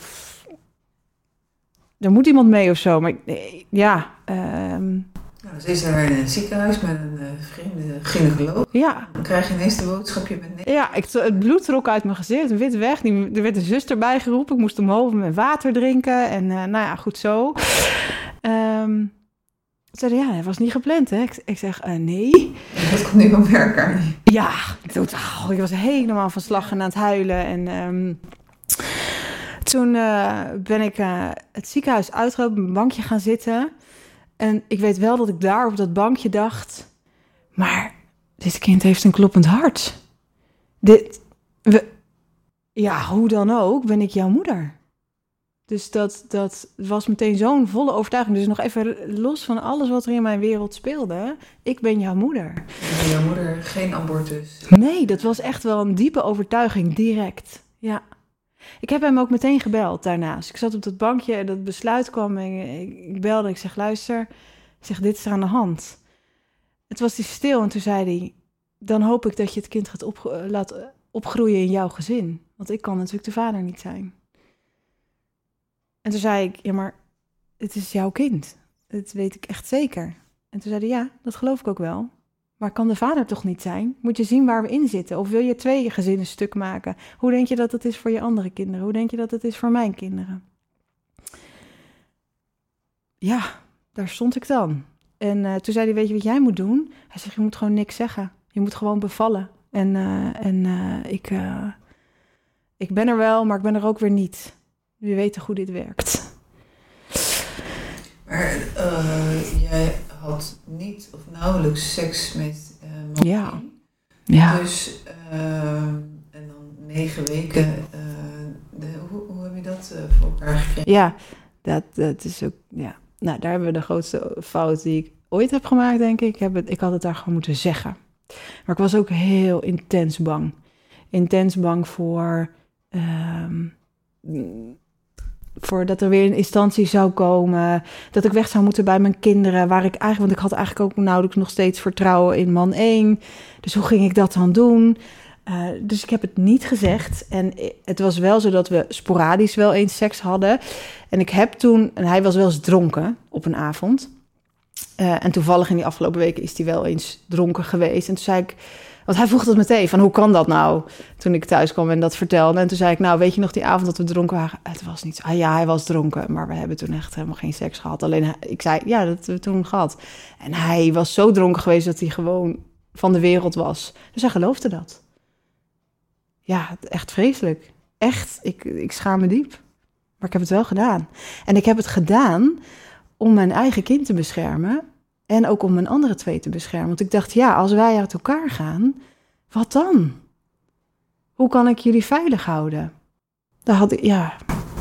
Er moet iemand mee of zo. Maar ja... Um... Nou, ze is daar in het ziekenhuis met een uh, vreemde gynaecoloog. Ja. Dan krijg je ineens de boodschap, je bent nee. Ja, ik, het bloed trok uit mijn gezicht. Wit weg. Die, er werd een zuster bijgeroepen. Ik moest omhoog met water drinken. En uh, nou ja, goed zo. Um, Ze zeiden, ja, dat was niet gepland, hè? Ik, ik zeg, uh, nee. Dat kon niet wel werken. Ja, totaal. Ik was helemaal van slag en aan het huilen. En um, toen uh, ben ik uh, het ziekenhuis uitgelopen, op een bankje gaan zitten. En ik weet wel dat ik daar op dat bankje dacht... Maar dit kind heeft een kloppend hart. Dit, we, ja, hoe dan ook, ben ik jouw moeder. Dus dat, dat was meteen zo'n volle overtuiging. Dus nog even los van alles wat er in mijn wereld speelde. Ik ben jouw moeder. Ik ben jouw moeder, geen abortus. Nee, dat was echt wel een diepe overtuiging, direct. Ja. Ik heb hem ook meteen gebeld daarnaast. Ik zat op dat bankje en dat besluit kwam. En ik, ik belde, ik zeg, luister. Ik zeg, dit is er aan de hand. Het was hij stil en toen zei hij... Dan hoop ik dat je het kind gaat op, laten opgroeien in jouw gezin. Want ik kan natuurlijk de vader niet zijn. En toen zei ik, ja, maar het is jouw kind. Dat weet ik echt zeker. En toen zei hij, ja, dat geloof ik ook wel. Maar kan de vader toch niet zijn? Moet je zien waar we in zitten? Of wil je twee gezinnen stuk maken? Hoe denk je dat het is voor je andere kinderen? Hoe denk je dat het is voor mijn kinderen? Ja, daar stond ik dan. En uh, toen zei hij, weet je wat jij moet doen? Hij zegt, je moet gewoon niks zeggen. Je moet gewoon bevallen. En, uh, en uh, ik, uh, ik ben er wel, maar ik ben er ook weer niet. We weten hoe dit werkt. Maar uh, jij had niet of nauwelijks seks met uh, man. Ja. Ja. Dus, uh, en dan negen weken. Uh, de, hoe, hoe heb je dat uh, voor elkaar gekregen? Ja, dat, dat is ook, ja. Nou, daar hebben we de grootste fout die ik ooit heb gemaakt, denk ik. Ik, heb het, ik had het daar gewoon moeten zeggen. Maar ik was ook heel intens bang. Intens bang voor... Um, voor dat er weer een instantie zou komen, dat ik weg zou moeten bij mijn kinderen, waar ik eigenlijk, want ik had eigenlijk ook nauwelijks nog steeds vertrouwen in man één. Dus hoe ging ik dat dan doen? Uh, dus ik heb het niet gezegd. En het was wel zo dat we sporadisch wel eens seks hadden. En ik heb toen, en hij was wel eens dronken op een avond. Uh, en toevallig in die afgelopen weken is hij wel eens dronken geweest. En toen zei ik, want hij vroeg dat meteen, van hoe kan dat nou? Toen ik thuis kwam en dat vertelde. En toen zei ik, nou, weet je nog die avond dat we dronken waren? Het was niet zo. Ah ja, hij was dronken, maar we hebben toen echt helemaal geen seks gehad. Alleen, hij, ik zei, ja, dat hebben we toen gehad. En hij was zo dronken geweest dat hij gewoon van de wereld was. Dus hij geloofde dat. Ja, echt vreselijk. Echt, ik, ik schaam me diep. Maar ik heb het wel gedaan. En ik heb het gedaan om mijn eigen kind te beschermen. En ook om mijn andere twee te beschermen. Want ik dacht, ja, als wij uit elkaar gaan, wat dan? Hoe kan ik jullie veilig houden? Daar had ik, ja.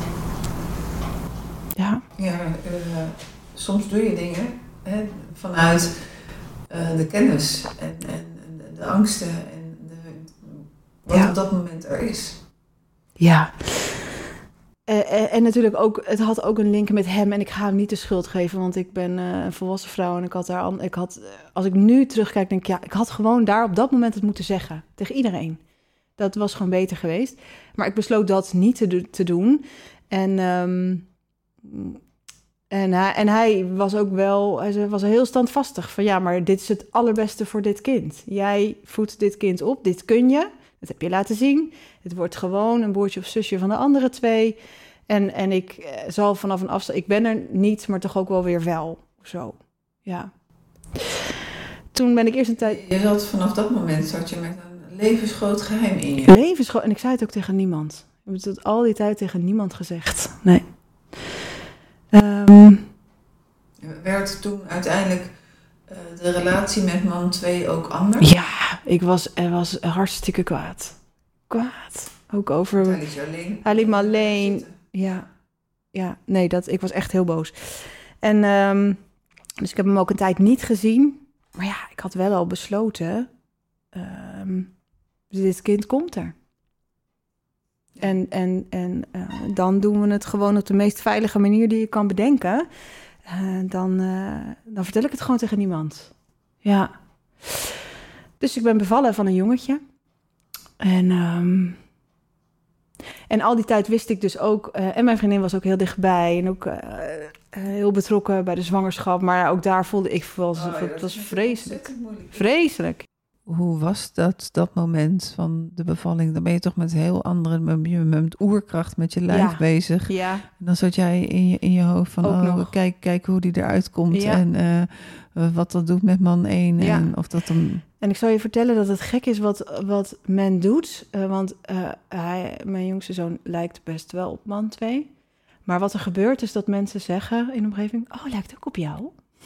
Ja. Ja, uh, soms doe je dingen hè, vanuit uh, de kennis. En, en de angsten en de, wat ja. op dat moment er is. Ja. Uh, en, en natuurlijk ook, het had ook een link met hem. En ik ga hem niet de schuld geven, want ik ben uh, een volwassen vrouw. En ik had daar, ik had, als ik nu terugkijk, denk ik, ja, ik had gewoon daar op dat moment het moeten zeggen. Tegen iedereen. Dat was gewoon beter geweest. Maar ik besloot dat niet te, do- te doen. En, um, en, hij, en hij was ook wel, hij was heel standvastig. Van ja, maar dit is het allerbeste voor dit kind. Jij voedt dit kind op, dit kun je. Dat heb je laten zien. Het wordt gewoon een broertje of zusje van de andere twee. En, en ik zal vanaf een afstand... Ik ben er niet, maar toch ook wel weer wel. Zo, ja. Toen ben ik eerst een tijd... Je zat vanaf dat moment zat je met een levensgroot geheim in je. Levensgroot... En ik zei het ook tegen niemand. Ik heb het al die tijd tegen niemand gezegd. Nee. Um, Werd toen uiteindelijk uh, de relatie met man twee ook anders? Ja, ik was, was hartstikke kwaad. Kwaad. Ook over... Hij liet je alleen. Hij liet me alleen. Ja. Ja, nee, dat, ik was echt heel boos. En um, dus ik heb hem ook een tijd niet gezien. Maar ja, ik had wel al besloten... Um, dit kind komt er. Ja. En, en, en uh, dan doen we het gewoon op de meest veilige manier die je kan bedenken. Uh, dan, uh, dan vertel ik het gewoon tegen niemand. Ja. Dus ik ben bevallen van een jongetje. En, um, en al die tijd wist ik dus ook... Uh, en mijn vriendin was ook heel dichtbij. En ook uh, heel betrokken bij de zwangerschap. Maar ook daar voelde ik... Was, oh, ja, het was vreselijk. Vreselijk. Hoe was dat, dat moment van de bevalling? Dan ben je toch met heel andere... met oerkracht met je lijf ja. bezig. Ja. En dan zat jij in je, in je hoofd van... Ook oh, nog. Kijk, kijk hoe die eruit komt. Ja. En uh, wat dat doet met man één. Ja. En of dat dan... En ik zal je vertellen dat het gek is wat, wat men doet. Uh, want uh, hij, mijn jongste zoon lijkt best wel op man twee. Maar wat er gebeurt is dat mensen zeggen in de omgeving... oh, lijkt ook op jou.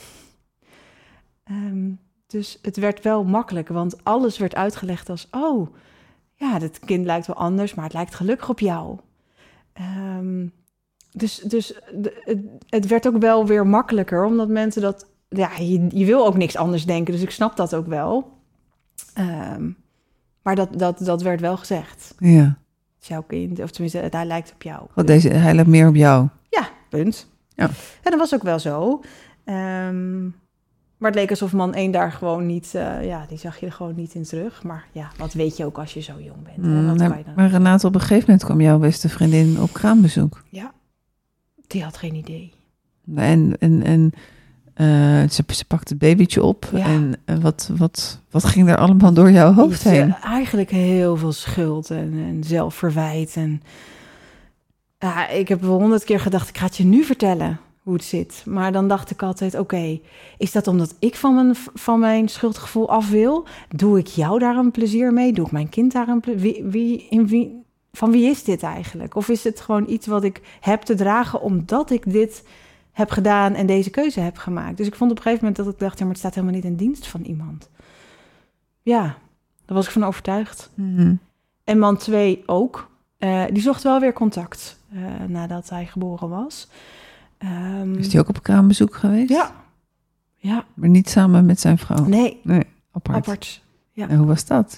Um, dus het werd wel makkelijk, want alles werd uitgelegd als... oh, ja, het kind lijkt wel anders, maar het lijkt gelukkig op jou. Um, dus dus de, het, het werd ook wel weer makkelijker, omdat mensen dat... ja, je, je wil ook niks anders denken, dus ik snap dat ook wel... Um, maar dat, dat, dat werd wel gezegd. Ja. Het is jouw kind, of tenminste, hij lijkt op jou. Oh, deze, hij lijkt meer op jou. Ja, punt. Ja. En dat was ook wel zo. Um, maar het leek alsof man één daar gewoon niet... Uh, ja, die zag je er gewoon niet in terug. Maar ja, wat weet je ook als je zo jong bent. Mm, wat nee, kan je dan... Maar Renate, op een gegeven moment kwam jouw beste vriendin op kraambezoek. Ja, die had geen idee. En... en, en Uh, ze, ze pakte het babytje op. Ja. En uh, wat, wat, wat ging er allemaal door jouw hoofd ja, heen? Eigenlijk heel veel schuld en, en zelfverwijt. En, ja, ik heb wel honderd keer gedacht, ik ga het je nu vertellen hoe het zit. Maar dan dacht ik altijd, oké, okay, is dat omdat ik van mijn, van mijn schuldgevoel af wil? Doe ik jou daar een plezier mee? Doe ik mijn kind daar een plezier? Wie, wie, in wie, van wie is dit eigenlijk? Of is het gewoon iets wat ik heb te dragen omdat ik dit... heb gedaan en deze keuze heb gemaakt. Dus ik vond op een gegeven moment dat ik dacht... ja, maar het staat helemaal niet in dienst van iemand. Ja, daar was ik van overtuigd. Mm-hmm. En man twee ook. Uh, die zocht wel weer contact uh, nadat hij geboren was. Um, is die ook op kraambezoek geweest? Ja. ja. Maar niet samen met zijn vrouw? Nee. Nee, apart. apart. Ja. En hoe was dat?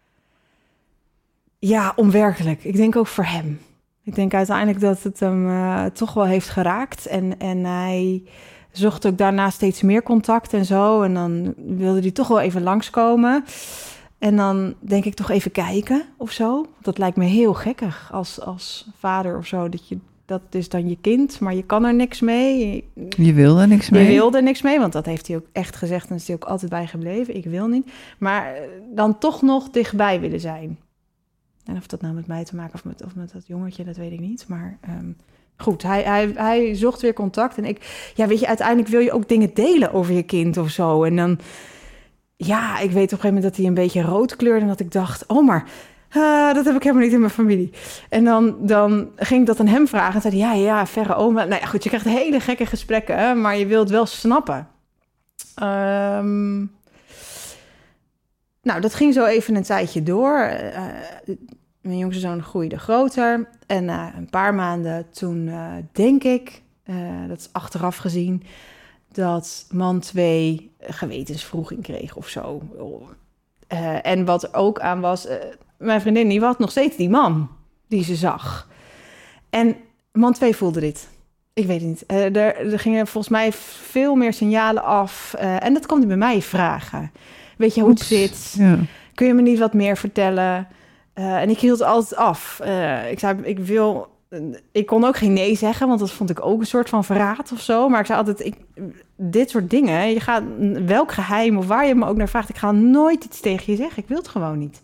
Ja, onwerkelijk. Ik denk ook voor hem. Ik denk uiteindelijk dat het hem uh, toch wel heeft geraakt. En, en hij zocht ook daarna steeds meer contact en zo. En dan wilde hij toch wel even langskomen. En dan denk ik toch even kijken of zo. Dat lijkt me heel gekkig als, als vader of zo. Dat, je, dat is dan je kind, maar je kan er niks mee. Je wil er niks mee? Je wil er niks mee, want dat heeft hij ook echt gezegd. En is hij ook altijd bijgebleven. Ik wil niet. Maar dan toch nog dichtbij willen zijn. En of dat nou met mij te maken of met, of met dat jongetje, dat weet ik niet. Maar um, goed, hij, hij, hij zocht weer contact. En ik, ja, weet je, uiteindelijk wil je ook dingen delen over je kind of zo. En dan, ja, ik weet op een gegeven moment dat hij een beetje rood kleurde. En dat ik dacht, oh, maar uh, dat heb ik helemaal niet in mijn familie. En dan, dan ging ik dat aan hem vragen. En zei hij, ja, ja, verre oma. Nou ja, goed, je krijgt hele gekke gesprekken, hè, maar je wilt wel snappen. Um, Nou, dat ging zo even een tijdje door. Uh, mijn jongste zoon groeide groter. En na uh, een paar maanden toen uh, denk ik, uh, dat is achteraf gezien... dat man twee gewetenswroeging kreeg of zo. Uh, en wat er ook aan was... Uh, mijn vriendin die had nog steeds die man die ze zag. En man twee voelde dit. Ik weet het niet. Uh, er, er gingen volgens mij veel meer signalen af. Uh, en dat kon hij bij mij vragen. Weet je hoe Oeps, het zit? Ja. Kun je me niet wat meer vertellen? Uh, en ik hield altijd af. Uh, ik zei, ik wil... Ik kon ook geen nee zeggen, want dat vond ik ook een soort van verraad of zo. Maar ik zei altijd, ik, dit soort dingen, je gaat welk geheim of waar je me ook naar vraagt, ik ga nooit iets tegen je zeggen. Ik wil het gewoon niet.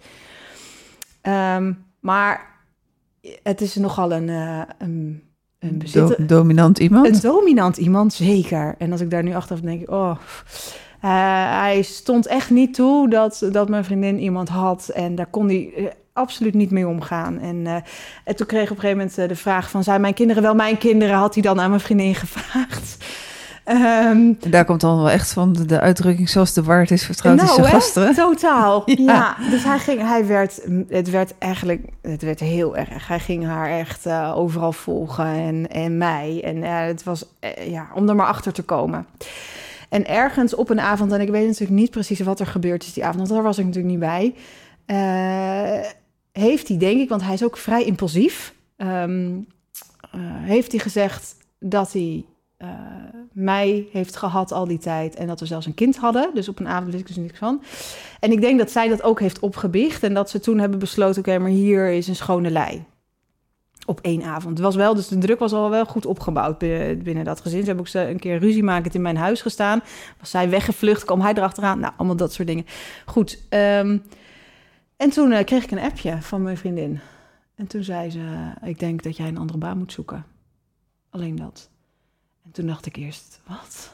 Um, maar het is nogal een, uh, een, een bezitter... Do- dominant iemand? Een dominant iemand, zeker. En als ik daar nu achteraf denk, oh... Uh, hij stond echt niet toe dat, dat mijn vriendin iemand had. En daar kon hij uh, absoluut niet mee omgaan. En, uh, en toen kreeg ik op een gegeven moment uh, de vraag van... zijn mijn kinderen wel mijn kinderen? Had hij dan aan mijn vriendin gevraagd. Um, en daar komt dan wel echt van de, de uitdrukking... zoals de waard is vertrouwd nou, is zijn gasten. Totaal, ja. ja. Dus hij ging, hij werd, het werd eigenlijk... het werd heel erg. Hij ging haar echt uh, overal volgen en, en mij. En uh, het was, uh, ja, om er maar achter te komen... En ergens op een avond, en ik weet natuurlijk niet precies wat er gebeurd is die avond, want daar was ik natuurlijk niet bij, uh, heeft hij, denk ik, want hij is ook vrij impulsief, um, uh, heeft hij gezegd dat hij uh, mij heeft gehad al die tijd en dat we zelfs een kind hadden. Dus op een avond wist ik dus niks van. En ik denk dat zij dat ook heeft opgebiecht en dat ze toen hebben besloten, oké, okay, maar hier is een schone lei. Op één avond. Het was wel, dus de druk was al wel goed opgebouwd binnen, binnen dat gezin. Ze hebben ook een keer ruzie makend in mijn huis gestaan. Was zij weggevlucht, kwam hij erachteraan. Nou, allemaal dat soort dingen. Goed. Um, en toen uh, kreeg ik een appje van mijn vriendin. En toen zei ze, ik denk dat jij een andere baan moet zoeken. Alleen dat. En toen dacht ik eerst, wat?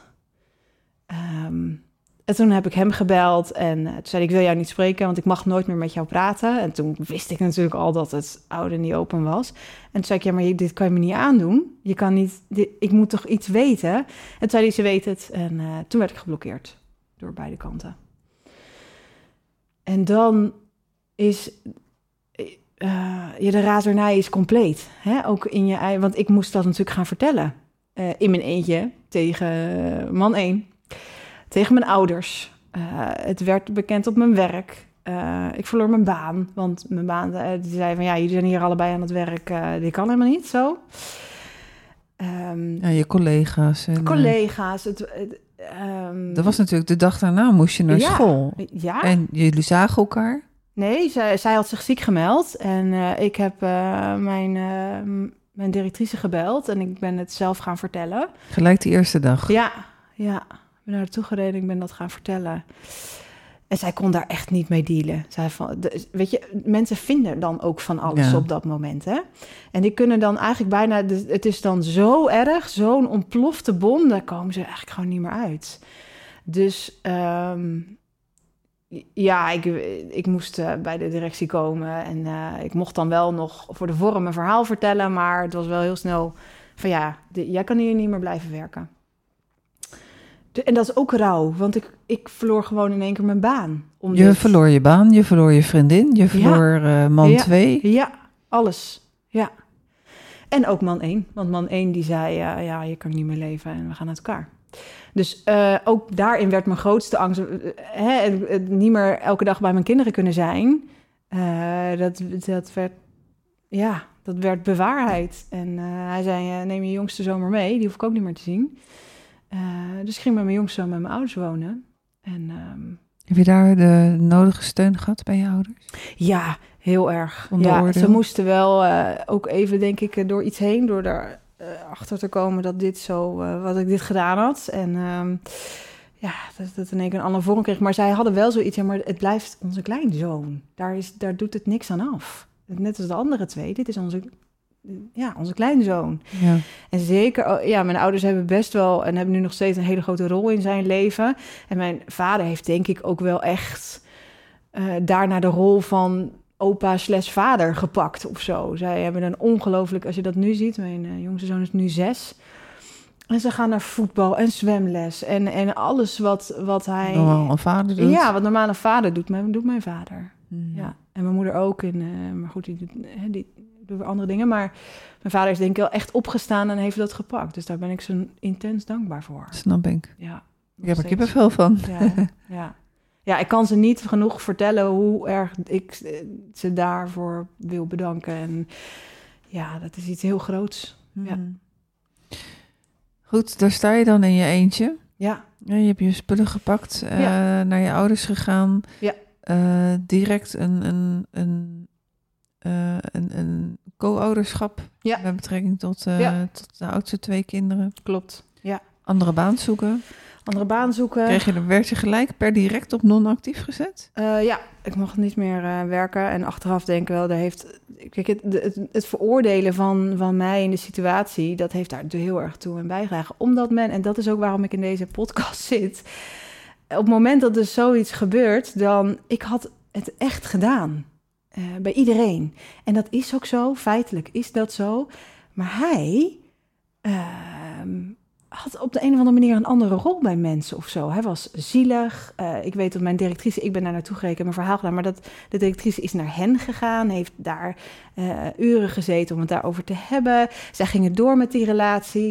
Um, En toen heb ik hem gebeld en toen zei ik, ik wil jou niet spreken, want ik mag nooit meer met jou praten. En toen wist ik natuurlijk al dat het oude niet open was. En toen zei ik, ja, maar dit kan je me niet aandoen. Je kan niet, dit, ik moet toch iets weten? En toen zei hij, ze weet het. En uh, toen werd ik geblokkeerd door beide kanten. En dan is, uh, ja, de razernij is compleet. Hè? Ook in je eigen, want ik moest dat natuurlijk gaan vertellen. Uh, in mijn eentje tegen man één. Tegen mijn ouders. Uh, het werd bekend op mijn werk. Uh, ik verloor mijn baan. Want mijn baan, uh, die zei van... ja, jullie zijn hier allebei aan het werk. Uh, dit kan helemaal niet zo. Um, ja, je collega's. En, collega's. Het, het, um, dat was natuurlijk de dag daarna moest je naar ja, school. Ja. En jullie zagen elkaar? Nee, zij, zij had zich ziek gemeld. En uh, ik heb uh, mijn, uh, mijn directrice gebeld. En ik ben het zelf gaan vertellen. Gelijk de eerste dag? Ja, ja. Ik ben naartoe gereden, ik ben dat gaan vertellen. En zij kon daar echt niet mee dealen. Zij van, de, weet je, mensen vinden dan ook van alles ja. op dat moment, hè? En die kunnen dan eigenlijk bijna... De, het is dan zo erg, zo'n ontplofte bom... daar komen ze eigenlijk gewoon niet meer uit. Dus um, ja, ik, ik moest uh, bij de directie komen... en uh, ik mocht dan wel nog voor de vorm een verhaal vertellen... maar het was wel heel snel van ja, de, jij kan hier niet meer blijven werken. En dat is ook rauw, want ik, ik verloor gewoon in één keer mijn baan. Je dit. verloor je baan, je verloor je vriendin, je verloor ja. uh, man ja. twee. Ja, alles. Ja. En ook man één, want man één die zei, uh, ja, je kan niet meer leven en we gaan uit elkaar. Dus uh, ook daarin werd mijn grootste angst, uh, hè, het, het niet meer elke dag bij mijn kinderen kunnen zijn. Uh, dat, dat werd, ja, dat werd bewaarheid. En uh, hij zei, uh, neem je jongste zomer mee, die hoef ik ook niet meer te zien. Uh, dus ik ging met mijn jongste met mijn ouders wonen. En, um, heb je daar de nodige steun gehad bij je ouders? Ja, heel erg. Ja, ze moesten wel uh, ook even, denk ik, door iets heen... door daar uh, achter te komen dat dit zo, uh, wat ik dit gedaan had. En um, ja, dat het in één keer een andere vorm kreeg. Maar zij hadden wel zoiets, ja, maar het blijft onze kleinzoon. Daar, is, daar doet het niks aan af. Net als de andere twee, dit is onze... Ja, onze kleinzoon. Ja. En zeker, ja, mijn ouders hebben best wel... en hebben nu nog steeds een hele grote rol in zijn leven. En mijn vader heeft denk ik ook wel echt... Uh, daarna de rol van opa slash vader gepakt of zo. Zij hebben een ongelooflijk... Als je dat nu ziet, mijn uh, jongste zoon is nu zes... En ze gaan naar voetbal en zwemles en, en alles wat, wat hij... Normaal een vader doet. Ja, wat normaal een vader doet, maar doet mijn vader. Hmm. Ja. En mijn moeder ook. En, uh, maar goed, die doet... Hè, die, door andere dingen, maar mijn vader is denk ik wel echt opgestaan en heeft dat gepakt. Dus daar ben ik zo intens dankbaar voor. Snap ik. Ja. Ik heb er kippenvel van. Ja, ja. ja, ik kan ze niet genoeg vertellen hoe erg ik ze daarvoor wil bedanken. En ja, dat is iets heel groots. Hmm. Ja. Goed, daar sta je dan in je eentje. Ja. Ja, je hebt je spullen gepakt, uh, ja. naar je ouders gegaan. Ja. Uh, direct een, een, een, uh, een, een co-ouderschap ja. met betrekking tot, uh, ja. tot de oudste twee kinderen. Klopt, ja. Andere baan zoeken. Andere baan zoeken. Kreeg je, werd je gelijk per direct op non-actief gezet? Uh, ja, ik mocht niet meer uh, werken. En achteraf denk ik wel, daar heeft... Kijk, het, het, het veroordelen van, van mij in de situatie... dat heeft daar heel erg toe in bijgedragen. Omdat men, en dat is ook waarom ik in deze podcast zit... op het moment dat er zoiets gebeurt... dan, ik had het echt gedaan. Uh, bij iedereen. En dat is ook zo, feitelijk is dat zo. Maar hij... Uh, had op de een of andere manier een andere rol bij mensen of zo. Hij was zielig. Uh, ik weet dat mijn directrice, ik ben daar naartoe gerekend, mijn verhaal gedaan, maar dat de directrice is naar hen gegaan, heeft daar uh, uren gezeten om het daarover te hebben. Zij gingen door met die relatie.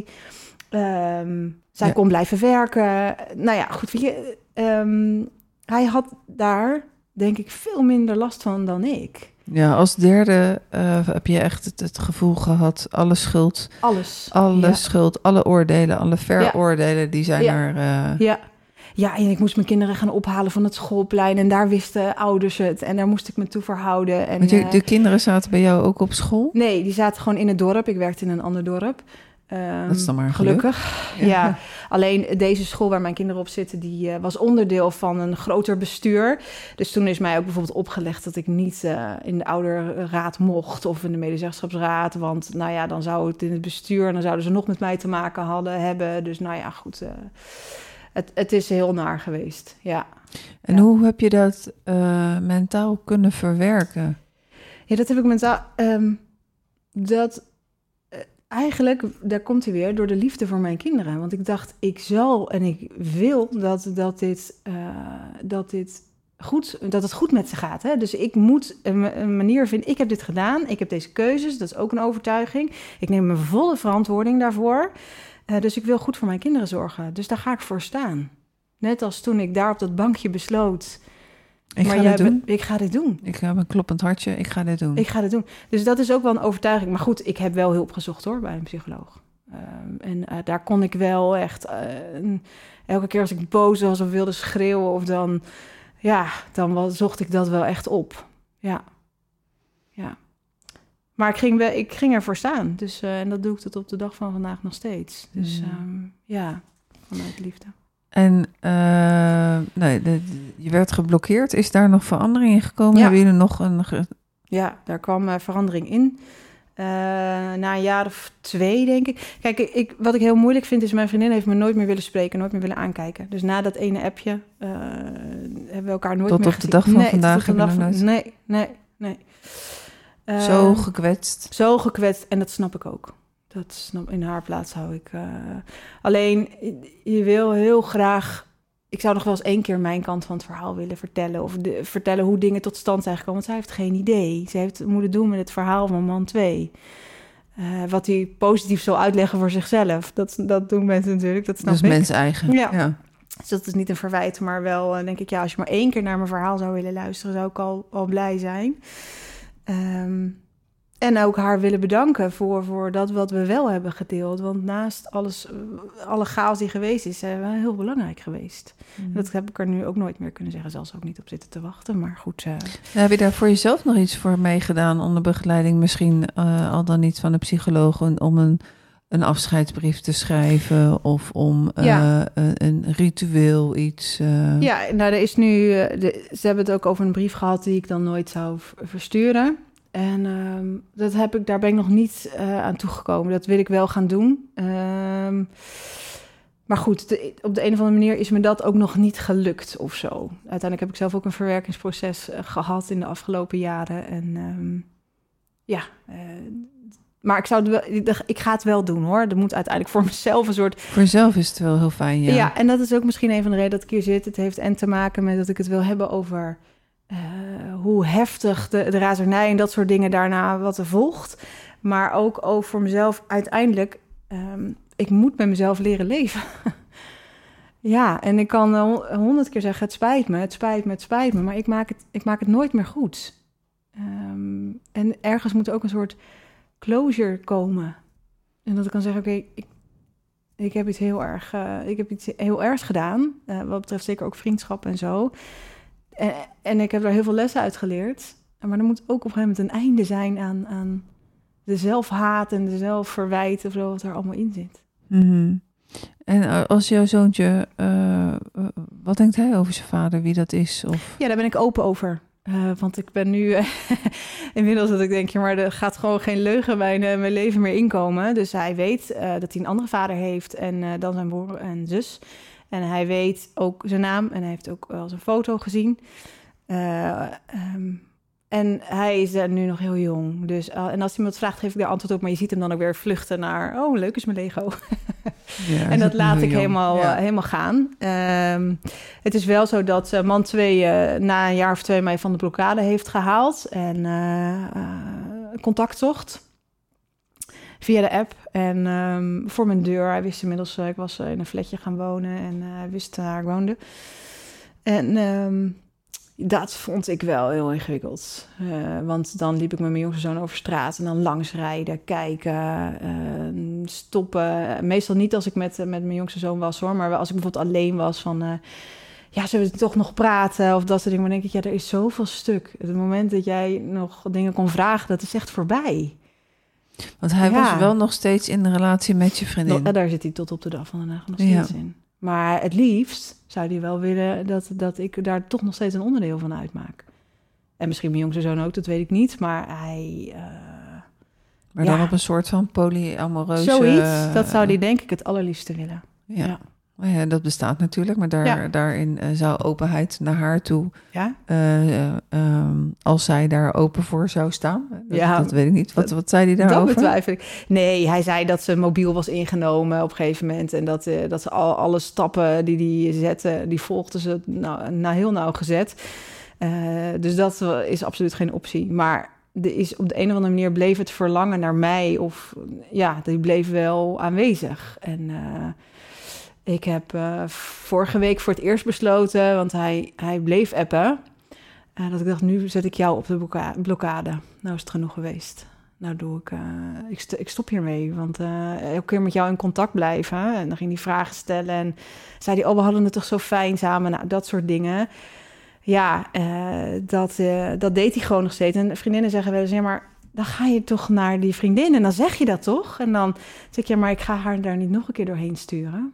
Um, zij ja. kon blijven werken. Nou ja, goed, weet je, um, hij had daar, denk ik, veel minder last van dan ik. Ja, als derde uh, heb je echt het, het gevoel gehad, alle schuld. Alles. Alle ja. schuld, alle oordelen, alle veroordelen, ja. die zijn ja. er... Uh... Ja. ja, en ik moest mijn kinderen gaan ophalen van het schoolplein. En daar wisten ouders het. En daar moest ik me toe verhouden. En, Want je, uh, de kinderen zaten bij jou ook op school? Nee, die zaten gewoon in het dorp. Ik werkte in een ander dorp. Um, dat is dan maar gelukkig. Ja. ja, alleen deze school waar mijn kinderen op zitten, die uh, was onderdeel van een groter bestuur. Dus toen is mij ook bijvoorbeeld opgelegd dat ik niet uh, in de ouderraad mocht of in de medezeggenschapsraad. Want nou ja, dan zou het in het bestuur en dan zouden ze nog met mij te maken hadden hebben. Dus nou ja, goed. Uh, het, het is heel naar geweest, ja. En ja. hoe heb je dat uh, mentaal kunnen verwerken? Ja, dat heb ik mentaal... Um, dat... Eigenlijk, daar komt hij weer, door de liefde voor mijn kinderen. Want ik dacht, ik zal en ik wil dat, dat, dit, uh, dat, dit goed, dat het goed met ze gaat. Hè? Dus ik moet een, een manier vinden. Ik heb dit gedaan, ik heb deze keuzes, dat is ook een overtuiging. Ik neem mijn volle verantwoording daarvoor. Uh, dus ik wil goed voor mijn kinderen zorgen. Dus daar ga ik voor staan. Net als toen ik daar op dat bankje besloot... Ik maar ga dit doen. Ik ga dit doen. Ik heb een kloppend hartje, ik ga dit doen. Ik ga dit doen. Dus dat is ook wel een overtuiging. Maar goed, ik heb wel hulp gezocht hoor, bij een psycholoog. Um, en uh, daar kon ik wel echt... Uh, elke keer als ik boos was of wilde schreeuwen... of dan, ja, dan was, zocht ik dat wel echt op. Ja. Ja. Maar ik ging, wel, ik ging ervoor staan. Dus, uh, en dat doe ik tot op de dag van vandaag nog steeds. Dus mm. um, ja, vanuit liefde. En uh, nee, de, de, je werd geblokkeerd. Is daar nog verandering in gekomen? Ja. Hebben jullie nog een... Ge- ja, daar kwam uh, verandering in. Uh, na een jaar of twee, denk ik. Kijk, ik, wat ik heel moeilijk vind is... mijn vriendin heeft me nooit meer willen spreken... nooit meer willen aankijken. Dus na dat ene appje uh, hebben we elkaar nooit tot meer gezien. Tot op de dag van nee, vandaag tot op de dag van, nooit... Nee, nee, nee. Uh, zo gekwetst. Zo gekwetst. En dat snap ik ook. Dat snap, in haar plaats hou ik... Uh, alleen, je wil heel graag... Ik zou nog wel eens één keer mijn kant van het verhaal willen vertellen. Of de, vertellen hoe dingen tot stand zijn gekomen. Want zij heeft geen idee. Ze heeft het moeten doen met het verhaal van man twee. Uh, wat hij positief zal uitleggen voor zichzelf. Dat, dat doen mensen natuurlijk, dat snap dus ik. Dus mens eigen. Ja. ja. Dus dat is niet een verwijt, maar wel, uh, denk ik... ja, als je maar één keer naar mijn verhaal zou willen luisteren... zou ik al, al blij zijn. Um, En ook haar willen bedanken voor, voor dat wat we wel hebben gedeeld. Want naast alles, alle chaos die geweest is, zijn we heel belangrijk geweest. Mm. Dat heb ik er nu ook nooit meer kunnen zeggen. Zelfs ook niet op zitten te wachten, maar goed. Uh... Heb je daar voor jezelf nog iets voor meegedaan onder begeleiding? Misschien uh, al dan niet van een psycholoog om een, een afscheidsbrief te schrijven of om uh, ja. een, een ritueel iets... Uh... Ja, nou er is nu... Uh, de, ze hebben het ook over een brief gehad die ik dan nooit zou versturen. En um, dat heb ik, daar ben ik nog niet uh, aan toegekomen. Dat wil ik wel gaan doen. Um, maar goed, de, op de een of andere manier is me dat ook nog niet gelukt of zo. Uiteindelijk heb ik zelf ook een verwerkingsproces uh, gehad in de afgelopen jaren. En um, ja, uh, maar ik, zou het wel, ik ga het wel doen hoor. Er moet uiteindelijk voor mezelf een soort... Voor jezelf is het wel heel fijn, ja. Ja, en dat is ook misschien een van de redenen dat ik hier zit. Het heeft en te maken met dat ik het wil hebben over... Uh, hoe heftig de, de razernij en dat soort dingen daarna wat er volgt. Maar ook over mezelf uiteindelijk... Um, ik moet met mezelf leren leven. Ja, en ik kan honderd keer zeggen, het spijt me, het spijt me, het spijt me. Maar ik maak het, ik maak het nooit meer goed. Um, en ergens moet er ook een soort closure komen. En dat ik kan zeggen, oké, okay, ik, ik heb iets heel erg, uh, ik heb iets heel ergs gedaan. Uh, wat betreft zeker ook vriendschap en zo. En, en ik heb daar heel veel lessen uit geleerd. Maar er moet ook op een gegeven moment een einde zijn aan, aan de zelfhaat en de zelfverwijt of zo, wat er allemaal in zit. Mm-hmm. En als jouw zoontje, uh, wat denkt hij over zijn vader, wie dat is? Of? Ja, daar ben ik open over. Uh, want ik ben nu uh, inmiddels dat ik denk, ja, maar er gaat gewoon geen leugen bij uh, mijn leven meer inkomen. Dus hij weet uh, dat hij een andere vader heeft en uh, dan zijn broer en zus. En hij weet ook zijn naam en hij heeft ook wel zijn foto gezien. Uh, um, en hij is uh, nu nog heel jong. Dus, uh, en als iemand vraagt, geef ik daar antwoord op. Maar je ziet hem dan ook weer vluchten naar, oh, leuk is mijn Lego. Ja, en dat laat ik helemaal, ja. uh, helemaal gaan. Um, het is wel zo dat uh, man twee uh, na een jaar of twee mij van de blokkade heeft gehaald. En uh, uh, contact zocht. Via de app. En um, voor mijn deur. Hij wist inmiddels, uh, ik was uh, in een flatje gaan wonen. En uh, hij wist waar ik woonde. En um, dat vond ik wel heel ingewikkeld. Uh, want dan liep ik met mijn jongste zoon over straat. En dan langsrijden, kijken, uh, stoppen. Meestal niet als ik met, met mijn jongste zoon was, hoor. Maar als ik bijvoorbeeld alleen was van... Uh, ja, zullen we toch nog praten? Of dat soort dingen. Maar dan denk ik, ja, er is zoveel stuk. Het moment dat jij nog dingen kon vragen, dat is echt voorbij. Want hij ja. was wel nog steeds in de relatie met je vriendin. No, daar zit hij tot op de dag van vandaag nog steeds ja. in. Maar het liefst zou hij wel willen dat, dat ik daar toch nog steeds een onderdeel van uitmaak. En misschien mijn jongste zoon ook, dat weet ik niet. Maar hij... Uh, maar dan ja. op een soort van polyamoreuze... Zoiets, dat zou hij denk ik het allerliefste willen. Ja. ja. Ja, dat bestaat natuurlijk, maar daar, ja. daarin uh, zou openheid naar haar toe... Ja? Uh, uh, um, als zij daar open voor zou staan. Dat, ja, dat weet ik niet. Wat, wat zei hij daarover? Dat betwijfel ik. Nee, hij zei dat ze mobiel was ingenomen op een gegeven moment... en dat, uh, dat ze al alle stappen die hij zette, die volgden ze nou, nou heel nauwgezet. Uh, dus dat is absoluut geen optie. Maar er is op de een of andere manier bleef het verlangen naar mij... of ja, die bleef wel aanwezig. En... Uh, Ik heb uh, vorige week voor het eerst besloten, want hij, hij bleef appen... Uh, dat ik dacht, nu zet ik jou op de bloka- blokkade. Nou is het genoeg geweest. Nou doe ik... Uh, ik, st- ik stop hiermee, want uh, elke keer met jou in contact blijven. En dan ging hij vragen stellen en zei hij... oh, we hadden het toch zo fijn samen, nou, dat soort dingen. Ja, uh, dat, uh, dat deed hij gewoon nog steeds. En vriendinnen zeggen wel eens, ja, maar... dan ga je toch naar die vriendin en dan zeg je dat toch? En dan zeg ik, ja, maar ik ga haar daar niet nog een keer doorheen sturen...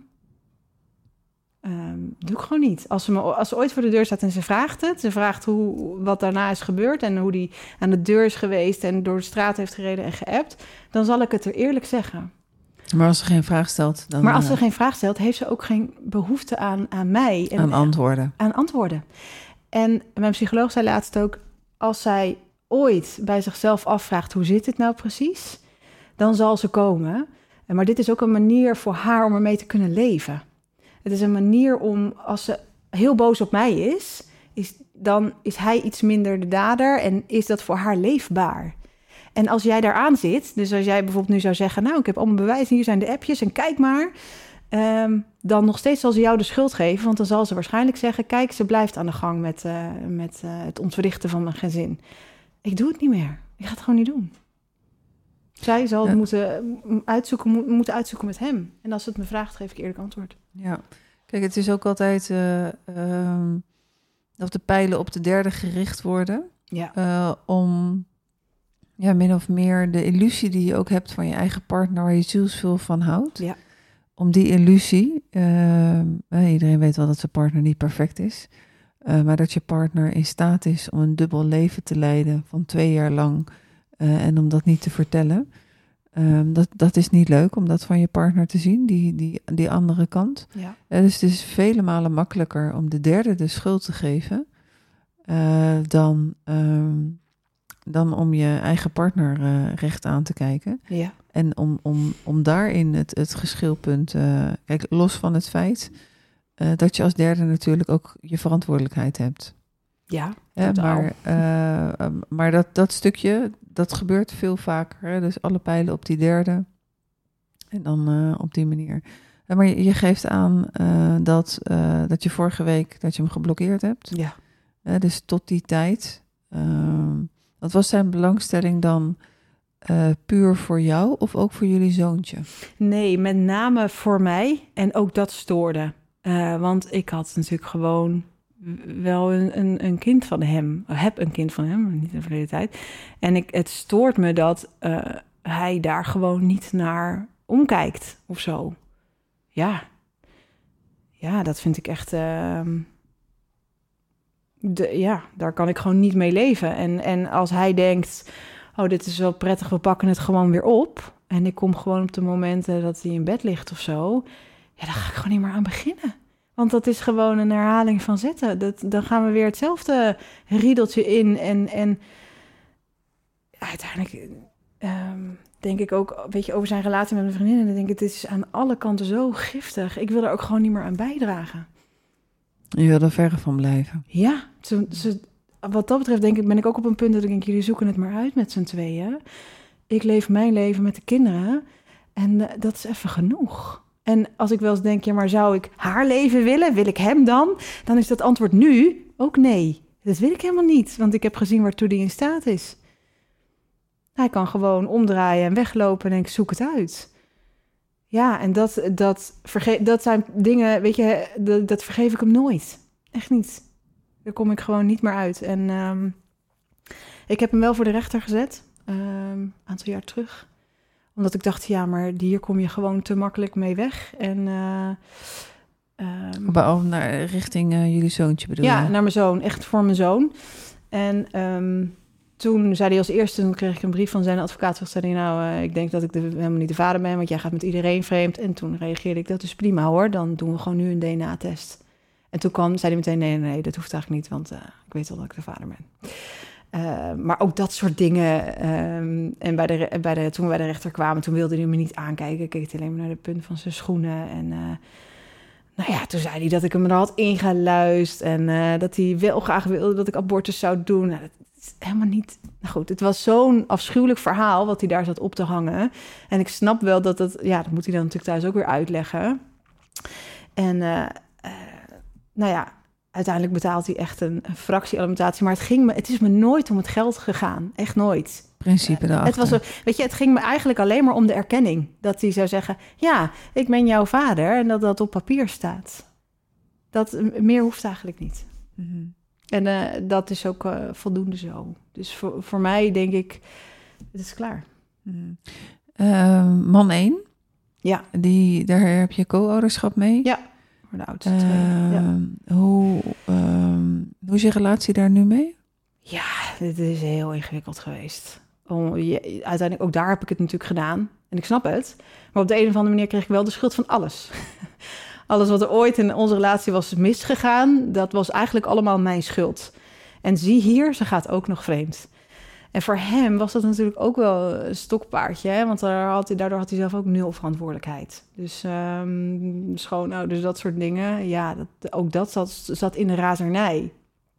Um, doe ik gewoon niet. Als ze, me, als ze ooit voor de deur staat en ze vraagt het... ze vraagt hoe, wat daarna is gebeurd... en hoe die aan de deur is geweest... en door de straat heeft gereden en geappt... dan zal ik het er eerlijk zeggen. Maar als ze geen vraag stelt... dan maar als ze uh, geen vraag stelt... heeft ze ook geen behoefte aan, aan mij. En, aan antwoorden. Aan antwoorden. En mijn psycholoog zei laatst ook... als zij ooit bij zichzelf afvraagt... hoe zit het nou precies? Dan zal ze komen. Maar dit is ook een manier voor haar... om ermee te kunnen leven... Het is een manier om, als ze heel boos op mij is, is, dan is hij iets minder de dader en is dat voor haar leefbaar. En als jij daaraan zit, dus als jij bijvoorbeeld nu zou zeggen, nou, ik heb allemaal bewijzen, hier zijn de appjes en kijk maar, um, dan nog steeds zal ze jou de schuld geven, want dan zal ze waarschijnlijk zeggen, kijk, ze blijft aan de gang met, uh, met uh, het ontwrichten van mijn gezin. Ik doe het niet meer. Ik ga het gewoon niet doen. Zij zal het ja. moeten, uitzoeken, mo- moeten uitzoeken met hem. En als ze het me vraagt, geef ik eerlijk antwoord. Ja, kijk, het is ook altijd uh, um, dat de pijlen op de derde gericht worden. Ja. Uh, om ja, min of meer de illusie die je ook hebt van je eigen partner... waar je zielsveel van houdt. Ja. Om die illusie... Uh, iedereen weet wel dat zijn partner niet perfect is... Uh, maar dat je partner in staat is om een dubbel leven te leiden... van twee jaar lang... Uh, en om dat niet te vertellen, um, dat, dat is niet leuk om dat van je partner te zien, die, die, die andere kant. Ja. Uh, dus het is vele malen makkelijker om de derde de schuld te geven, uh, dan, um, dan om je eigen partner uh, recht aan te kijken. Ja. En om, om, om daarin het, het geschilpunt, uh, kijk, los van het feit uh, dat je als derde natuurlijk ook je verantwoordelijkheid hebt. Ja, ja maar, uh, maar dat, dat stukje, dat gebeurt veel vaker. Hè? Dus alle pijlen op die derde. En dan uh, op die manier. Maar je geeft aan uh, dat, uh, dat je vorige week dat je hem geblokkeerd hebt. Ja. Uh, dus tot die tijd. Uh, wat was zijn belangstelling dan uh, puur voor jou of ook voor jullie zoontje? Nee, met name voor mij. En ook dat stoorde. Uh, want ik had natuurlijk gewoon wel een, een, een kind van hem. Ik heb een kind van hem, maar niet in de verleden tijd. En ik, het stoort me dat uh, hij daar gewoon niet naar omkijkt of zo. Ja. Ja, dat vind ik echt... Uh, de, ja, daar kan ik gewoon niet mee leven. En, en als hij denkt... oh, dit is wel prettig, we pakken het gewoon weer op. En ik kom gewoon op de momenten dat hij in bed ligt of zo. Ja, daar ga ik gewoon niet meer aan beginnen. Want dat is gewoon een herhaling van zetten. Dat, dan gaan we weer hetzelfde riedeltje in. En, en uiteindelijk um, denk ik ook, weet je, over zijn relatie met mijn vriendin. En dan denk ik, het is aan alle kanten zo giftig. Ik wil er ook gewoon niet meer aan bijdragen. Je wil er verre van blijven. Ja, zo, zo, wat dat betreft denk ik, ben ik ook op een punt dat ik denk, jullie zoeken het maar uit met z'n tweeën. Ik leef mijn leven met de kinderen. En uh, dat is even genoeg. En als ik wel eens denk, ja, maar zou ik haar leven willen? Wil ik hem dan? Dan is dat antwoord nu ook nee. Dat wil ik helemaal niet, want ik heb gezien waartoe die in staat is. Hij kan gewoon omdraaien en weglopen en ik zoek het uit. Ja, en dat, dat, verge- dat zijn dingen, weet je, dat, dat vergeef ik hem nooit. Echt niet. Daar kom ik gewoon niet meer uit. En um, ik heb hem wel voor de rechter gezet, um, een aantal jaar terug. Omdat ik dacht, ja, maar hier kom je gewoon te makkelijk mee weg. En, uh, um, oh, naar, richting uh, jullie zoontje bedoel ja, je? Ja, naar mijn zoon. Echt voor mijn zoon. En um, toen zei hij als eerste, toen kreeg ik een brief van zijn advocaat. Toen zei hij, nou, uh, ik denk dat ik de, helemaal niet de vader ben, want jij gaat met iedereen vreemd. En toen reageerde ik, dat is prima hoor, dan doen we gewoon nu een D N A-test. En toen kwam, zei hij meteen, nee, nee, nee, dat hoeft eigenlijk niet, want uh, ik weet wel dat ik de vader ben. Uh, maar ook dat soort dingen. Um, en bij de, bij de, toen we bij de rechter kwamen, toen wilde hij me niet aankijken. Keek hij alleen maar naar de punt van zijn schoenen. En uh, nou ja, toen zei hij dat ik hem er had ingeluist. En uh, dat hij wel graag wilde dat ik abortus zou doen. Nou, dat is helemaal niet... Nou goed, het was zo'n afschuwelijk verhaal wat hij daar zat op te hangen. En ik snap wel dat dat... Ja, dat moet hij dan natuurlijk thuis ook weer uitleggen. En uh, uh, nou ja... Uiteindelijk betaalt hij echt een, een fractie-alimentatie. Maar het, ging me, het is me nooit om het geld gegaan. Echt nooit. Principe daarachter. Het was zo, weet je, het ging me eigenlijk alleen maar om de erkenning. Dat hij zou zeggen, ja, ik ben jouw vader. En dat dat op papier staat. Dat, meer hoeft eigenlijk niet. Mm-hmm. En uh, dat is ook uh, voldoende zo. Dus voor, voor mij denk ik, het is klaar. Mm-hmm. Uh, man één. Ja. Die, daar heb je co-ouderschap mee. Ja. De oudste twee. Uh, ja. Hoe, um, hoe is je relatie daar nu mee? Ja, dit is heel ingewikkeld geweest. Om, je, uiteindelijk, ook daar heb ik het natuurlijk gedaan. En ik snap het. Maar op de een of andere manier kreeg ik wel de schuld van alles. Alles wat er ooit in onze relatie was misgegaan, dat was eigenlijk allemaal mijn schuld. En zie hier, ze gaat ook nog vreemd. En voor hem was dat natuurlijk ook wel een stokpaardje. Hè? Want daar had hij, daardoor had hij zelf ook nul verantwoordelijkheid. Dus um, schoonouders, dat soort dingen. Ja, dat, ook dat zat, zat in de razernij.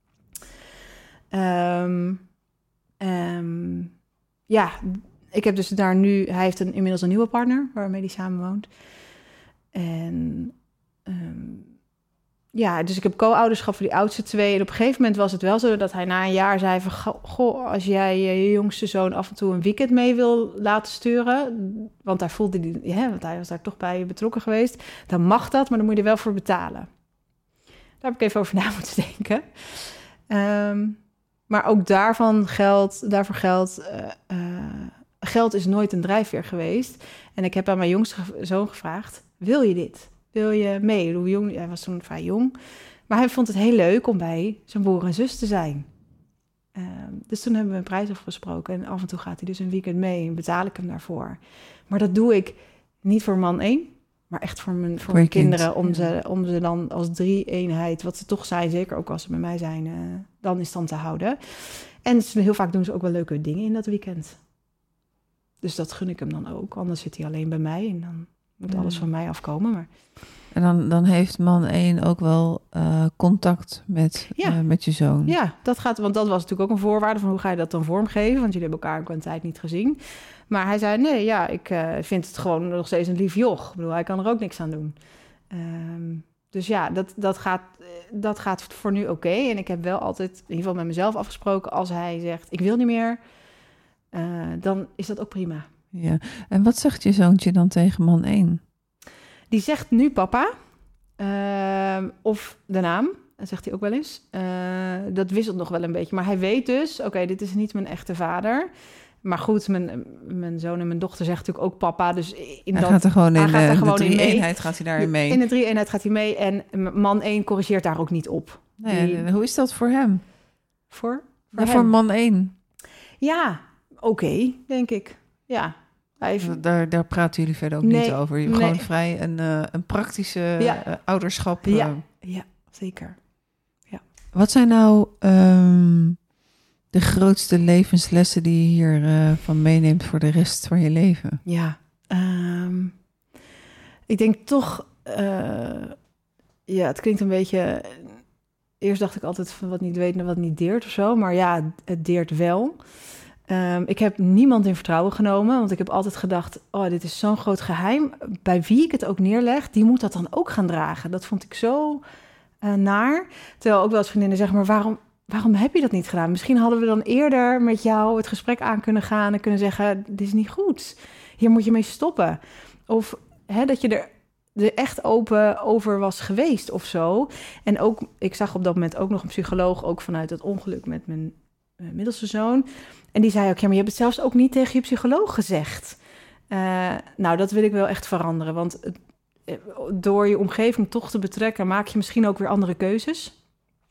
Um, um, ja, ik heb dus daar nu... Hij heeft een, inmiddels een nieuwe partner waarmee hij samen woont. En... Um, Ja, dus ik heb co-ouderschap voor die oudste twee. En op een gegeven moment was het wel zo dat hij na een jaar zei van... Goh, als jij je jongste zoon af en toe een weekend mee wil laten sturen... want daar voelde hij, ja, want hij was daar toch bij betrokken geweest... dan mag dat, maar dan moet je er wel voor betalen. Daar heb ik even over na moeten denken. Um, maar ook daarvan geldt, daarvoor geldt... Uh, uh, geld is nooit een drijfveer geweest. En ik heb aan mijn jongste zoon gevraagd... wil je dit? Wil je mee? Hoe jong? Hij was toen vrij jong. Maar hij vond het heel leuk om bij zijn broer en zus te zijn. Uh, dus toen hebben we een prijs afgesproken. En af en toe gaat hij dus een weekend mee en betaal ik hem daarvoor. Maar dat doe ik niet voor man één, maar echt voor mijn, voor voor mijn kinderen. Om, ja. ze, om ze dan als drie-eenheid, wat ze toch zijn, zeker ook als ze bij mij zijn, uh, dan in stand te houden. En heel vaak doen ze ook wel leuke dingen in dat weekend. Dus dat gun ik hem dan ook. Anders zit hij alleen bij mij en dan... moet alles van mij afkomen, maar... En dan, dan heeft man één ook wel uh, contact met, ja. uh, met je zoon. Ja, dat gaat, want dat was natuurlijk ook een voorwaarde van hoe ga je dat dan vormgeven, want jullie hebben elkaar ook een tijd niet gezien. Maar hij zei, nee, ja, ik uh, vind het gewoon nog steeds een lief joch. Ik bedoel, hij kan er ook niks aan doen. Um, dus ja, dat, dat, gaat, dat gaat voor nu oké. Okay. En ik heb wel altijd, in ieder geval met mezelf afgesproken... als hij zegt, ik wil niet meer, uh, dan is dat ook prima. Ja. En wat zegt je zoontje dan tegen man één? Die zegt nu papa, uh, of de naam... Dat zegt hij ook wel eens. Uh, dat wisselt nog wel een beetje. Maar hij weet dus, oké, okay, dit is niet mijn echte vader. Maar goed, mijn, mijn zoon en mijn dochter zegt natuurlijk ook papa. Dus in hij dat, gaat er gewoon in, hij gaat er gewoon de drie-eenheid gaat hij daarin mee. In de drie-eenheid gaat hij mee. En man één corrigeert daar ook niet op. Nee, Die, hoe is dat voor hem? Voor? Voor, ja, voor man één? Ja, oké, okay, denk ik. Ja. Heeft... Daar, daar praten jullie verder ook nee, niet over. Je nee. Gewoon vrij een, uh, een praktische ja. uh, ouderschap. Uh... Ja, ja, zeker. Wat zijn nou um, de grootste levenslessen die je hier uh, van meeneemt voor de rest van je leven? Ja, um, ik denk toch, uh, ja, het klinkt een beetje, eerst dacht ik altijd van wat niet weten, wat niet deert of zo, maar ja, het deert wel. Um, ik heb niemand in vertrouwen genomen, want ik heb altijd gedacht, oh, dit is zo'n groot geheim. Bij wie ik het ook neerleg, die moet dat dan ook gaan dragen. Dat vond ik zo... Uh, naar. Terwijl ook wel eens vriendinnen zeggen, maar waarom, waarom heb je dat niet gedaan? Misschien hadden we dan eerder met jou het gesprek aan kunnen gaan en kunnen zeggen, dit is niet goed. Hier moet je mee stoppen. Of hè, dat je er, er echt open over was geweest of zo. En ook, ik zag op dat moment ook nog een psycholoog, ook vanuit het ongeluk met mijn uh, middelste zoon. En die zei ook, ja, maar je hebt het zelfs ook niet tegen je psycholoog gezegd. Uh, nou, dat wil ik wel echt veranderen, want het, door je omgeving toch te betrekken, maak je misschien ook weer andere keuzes.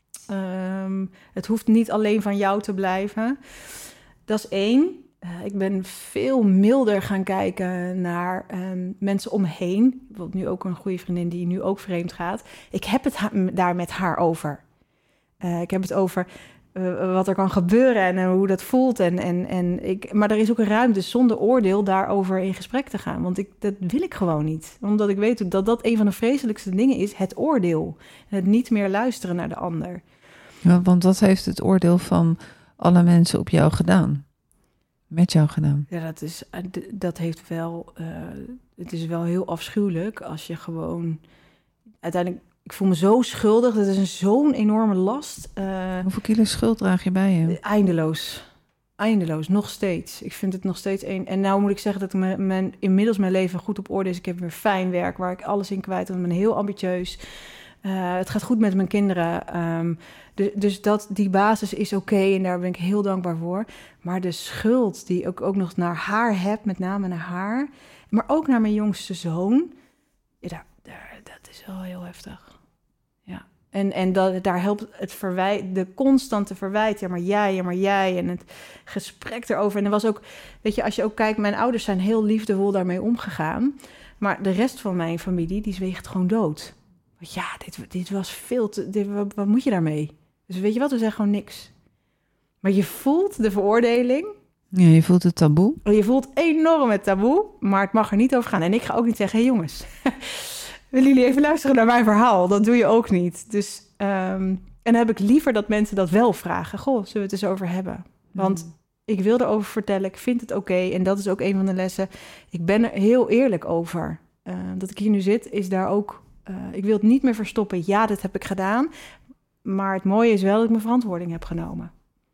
Um, het hoeft niet alleen van jou te blijven. Dat is één. Uh, ik ben veel milder gaan kijken naar um, mensen om me heen. Bijvoorbeeld nu ook een goede vriendin die nu ook vreemd gaat. Ik heb het ha- daar met haar over. Uh, ik heb het over uh, wat er kan gebeuren en uh, hoe dat voelt. En, en, en ik, maar er is ook een ruimte zonder oordeel daarover in gesprek te gaan. Want ik, dat wil ik gewoon niet. Omdat ik weet dat dat een van de vreselijkste dingen is. Het oordeel. Het niet meer luisteren naar de ander. Ja, want wat heeft het oordeel van alle mensen op jou gedaan? Met jou gedaan? Ja, dat, is, dat heeft wel... Uh, het is wel heel afschuwelijk als je gewoon... Uiteindelijk... Ik voel me zo schuldig. Dat is een, zo'n enorme last. Uh, Hoeveel kilo schuld draag je bij je? Eindeloos. Eindeloos. Nog steeds. Ik vind het nog steeds een... En nou moet ik zeggen dat mijn, mijn, inmiddels mijn leven goed op orde is. Ik heb weer fijn werk waar ik alles in kwijt ben. Ik ben heel ambitieus. Uh, het gaat goed met mijn kinderen. Um, de, dus dat, die basis is oké okay, en daar ben ik heel dankbaar voor. Maar de schuld die ik ook nog naar haar heb, met name naar haar... maar ook naar mijn jongste zoon... Ja, daar, daar, dat is wel heel heftig. Ja. En, en dat, daar helpt het verwijt, de constante verwijt. Ja, maar jij, ja, maar jij. En het gesprek erover. En er was ook, weet je, als je ook kijkt... mijn ouders zijn heel liefdevol daarmee omgegaan. Maar de rest van mijn familie, die zweegt gewoon dood. Want ja, dit, dit was veel te... Dit, wat, wat moet je daarmee? Dus weet je wat, we zeggen gewoon niks. Maar je voelt de veroordeling... Ja, je voelt het taboe. Je voelt enorm het taboe, maar het mag er niet over gaan. En ik ga ook niet zeggen, hé hey jongens... willen jullie even luisteren naar mijn verhaal? Dat doe je ook niet. Dus, um, en dan heb ik liever dat mensen dat wel vragen. Goh, zullen we het eens over hebben? Want mm. ik wil erover vertellen, ik vind het oké. Okay, en dat is ook een van de lessen. Ik ben er heel eerlijk over. Uh, dat ik hier nu zit, is daar ook... Uh, ik wil het niet meer verstoppen. Ja, dat heb ik gedaan. Maar het mooie is wel dat ik mijn verantwoording heb genomen.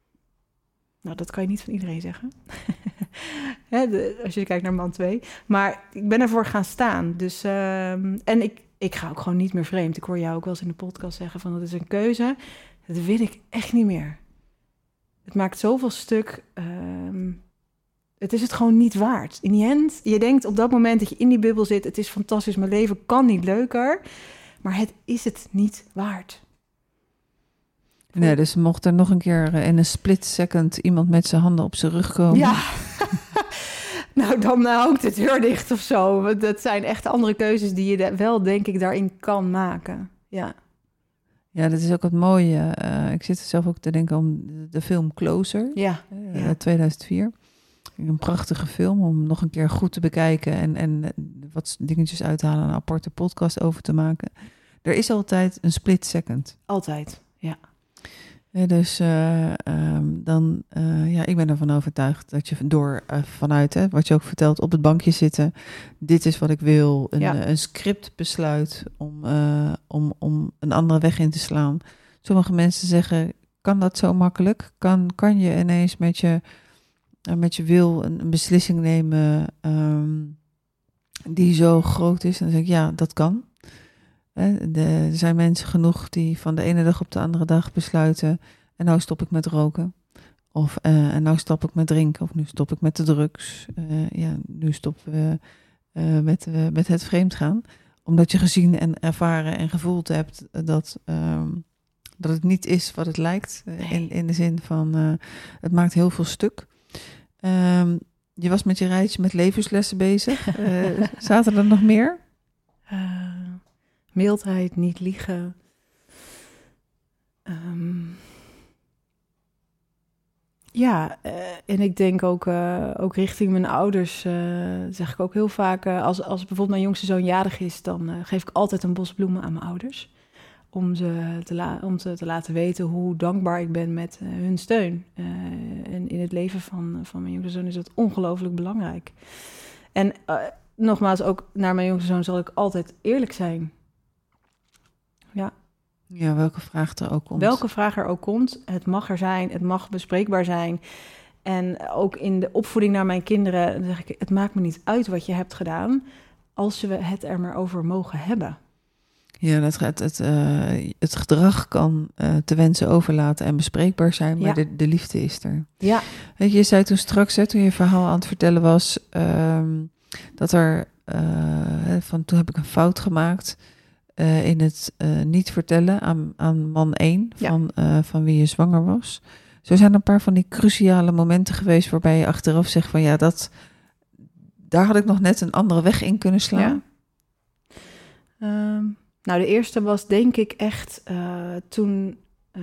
Nou, dat kan je niet van iedereen zeggen. Hè, de, als je kijkt naar man twee. Maar ik ben ervoor gaan staan. Dus, uh, en ik, ik ga ook gewoon niet meer vreemd. Ik hoor jou ook wel eens in de podcast zeggen van dat is een keuze. Dat wil ik echt niet meer. Het maakt zoveel stuk. Uh, het is het gewoon niet waard. In die end, je denkt op dat moment dat je in die bubbel zit. Het is fantastisch, mijn leven kan niet leuker. Maar het is het niet waard. Nee, dus mocht er nog een keer in een split second iemand met zijn handen op zijn rug komen. Ja, nou dan hou ik de deur dicht of zo. Dat zijn echt andere keuzes die je wel, denk ik, daarin kan maken. Ja, ja, dat is ook het mooie. Uh, ik zit er zelf ook te denken om de film Closer. Ja, uh, ja. tweeduizend vier. Een prachtige film om nog een keer goed te bekijken en, en wat dingetjes uithalen, een aparte podcast over te maken. Er is altijd een split second. Altijd, ja. Ja, dus uh, um, dan, uh, ja, ik ben ervan overtuigd dat je door uh, vanuit, hè, wat je ook vertelt, op het bankje zitten. Dit is wat ik wil. Een, ja. een script besluit om, uh, om, om een andere weg in te slaan. Sommige mensen zeggen, kan dat zo makkelijk? Kan, kan je ineens met je, uh, met je wil een, een beslissing nemen um, die zo groot is? En dan zeg ik, ja, dat kan. De, er zijn mensen genoeg die van de ene dag op de andere dag besluiten, en nou stop ik met roken. Of uh, en nou stop ik met drinken. Of nu stop ik met de drugs. Uh, ja, nu stop we uh, met, uh, met het vreemdgaan. Omdat je gezien en ervaren en gevoeld hebt dat, um, dat het niet is wat het lijkt. Uh, nee. in, in de zin van, uh, het maakt heel veel stuk. Um, je was met je rijtje met levenslessen bezig. Uh, zaten er nog meer? Uh... Mildheid, niet liegen. Um, ja, uh, en ik denk ook, uh, ook richting mijn ouders, uh, zeg ik ook heel vaak, uh, als, als bijvoorbeeld mijn jongste zoon jarig is, dan uh, geef ik altijd een bos bloemen aan mijn ouders. Om ze te, la- om ze te laten weten hoe dankbaar ik ben met uh, hun steun. Uh, en in het leven van, van mijn jongste zoon is dat ongelooflijk belangrijk. En uh, nogmaals, ook naar mijn jongste zoon zal ik altijd eerlijk zijn. Ja. Ja, welke vraag er ook komt. Welke vraag er ook komt. Het mag er zijn, het mag bespreekbaar zijn. En ook in de opvoeding naar mijn kinderen, dan zeg ik, het maakt me niet uit wat je hebt gedaan, als we het er maar over mogen hebben. Ja, het, het, het, uh, het gedrag kan uh, te wensen overlaten en bespreekbaar zijn, maar ja. de, de liefde is er. Ja. Weet je, je zei toen straks, hè, toen je verhaal aan het vertellen was, um, dat er, uh, van toen heb ik een fout gemaakt. Uh, in het uh, niet vertellen aan, aan man één van, ja. uh, van wie je zwanger was. Zo zijn er een paar van die cruciale momenten geweest waarbij je achteraf zegt van ja, dat, daar had ik nog net een andere weg in kunnen slaan. Ja. Um, nou, de eerste was denk ik echt uh, toen uh,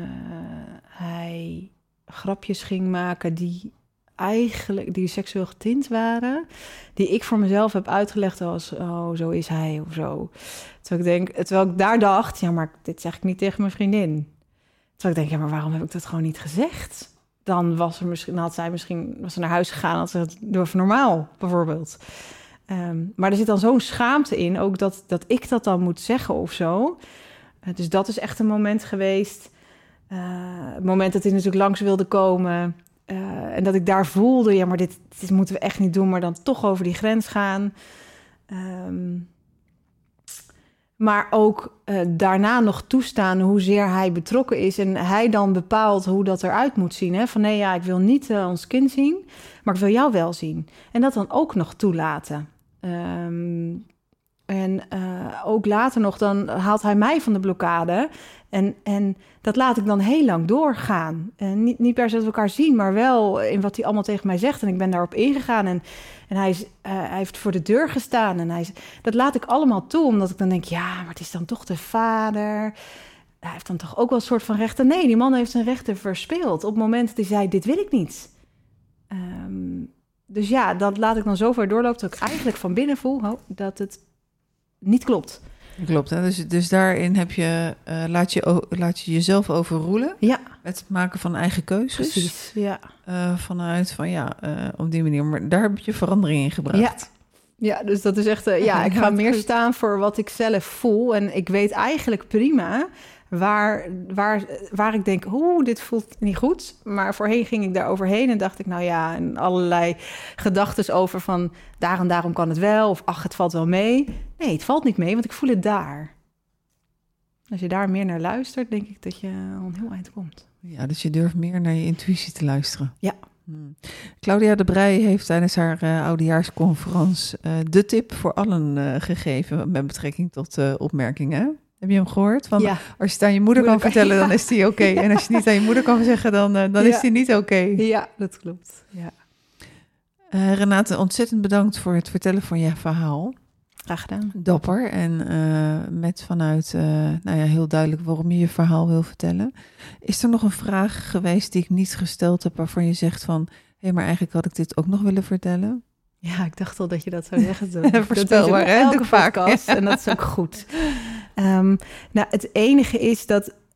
hij grapjes ging maken die eigenlijk die seksueel getint waren, die ik voor mezelf heb uitgelegd als, oh, zo is hij of zo. Terwijl ik denk, terwijl ik daar dacht, ja, maar dit zeg ik niet tegen mijn vriendin. Terwijl ik denk, ja, maar waarom heb ik dat gewoon niet gezegd? Dan was er misschien, had zij misschien, was ze naar huis gegaan, had ze het door normaal, bijvoorbeeld. Um, maar er zit dan zo'n schaamte in, ook dat, dat ik dat dan moet zeggen of zo. Uh, dus dat is echt een moment geweest. Uh, het moment dat hij natuurlijk langs wilde komen. Uh, en dat ik daar voelde, ja, maar dit, dit moeten we echt niet doen, maar dan toch over die grens gaan. Um, maar ook uh, daarna nog toestaan hoezeer hij betrokken is. En hij dan bepaalt hoe dat eruit moet zien. Hè? Van nee, ja, ik wil niet uh, ons kind zien, maar ik wil jou wel zien. En dat dan ook nog toelaten. Um, en uh, ook later nog, dan haalt hij mij van de blokkade. En, en dat laat ik dan heel lang doorgaan. En niet, niet per se dat we elkaar zien, maar wel in wat hij allemaal tegen mij zegt. En ik ben daarop ingegaan. En, en hij, is, uh, hij heeft voor de deur gestaan. En hij is, dat laat ik allemaal toe, omdat ik dan denk, ja, maar het is dan toch de vader. Hij heeft dan toch ook wel een soort van rechten. Nee, die man heeft zijn rechten verspeeld. Op het moment dat hij zei, dit wil ik niet. Um, dus ja, dat laat ik dan zo ver doorlopen dat ik eigenlijk van binnen voel oh, dat het niet klopt. Klopt, hè? Dus, dus daarin heb je, uh, laat, je, laat je jezelf overroelen. Ja. Met het maken van eigen keuzes. Precies, ja. Uh, vanuit van ja, uh, op die manier. Maar daar heb je verandering in gebracht. Ja, ja, dus dat is echt, uh, ja, ik ga meer staan voor wat ik zelf voel. En ik weet eigenlijk prima waar, waar, waar ik denk, oeh, dit voelt niet goed. Maar voorheen ging ik daar overheen en dacht ik, nou ja, en allerlei gedachten over van daar en daarom kan het wel. Of ach, het valt wel mee. Nee, het valt niet mee, want ik voel het daar. Als je daar meer naar luistert, denk ik dat je al een heel eind komt. Ja, dus je durft meer naar je intuïtie te luisteren. Ja. Hmm. Claudia de Breij heeft tijdens haar uh, oudejaarsconferentie uh, de tip voor allen uh, gegeven met betrekking tot uh, opmerkingen. Heb je hem gehoord? Van, ja. Als je het aan je moeder kan vertellen, dan is die oké. Okay. En als je het niet aan je moeder kan zeggen, dan, uh, dan ja. is die niet oké. Okay. Ja, dat klopt. Ja. Uh, Renate, ontzettend bedankt voor het vertellen van je verhaal. Graag gedaan. Dapper en uh, met vanuit uh, nou ja, heel duidelijk waarom je je verhaal wil vertellen. Is er nog een vraag geweest die ik niet gesteld heb waarvan je zegt van, hé, hey, maar eigenlijk had ik dit ook nog willen vertellen? Ja, ik dacht al dat je dat zou zeggen. Voorspelbaar, hè? Elke podcast, en dat is ook goed. Um, nou, het enige is dat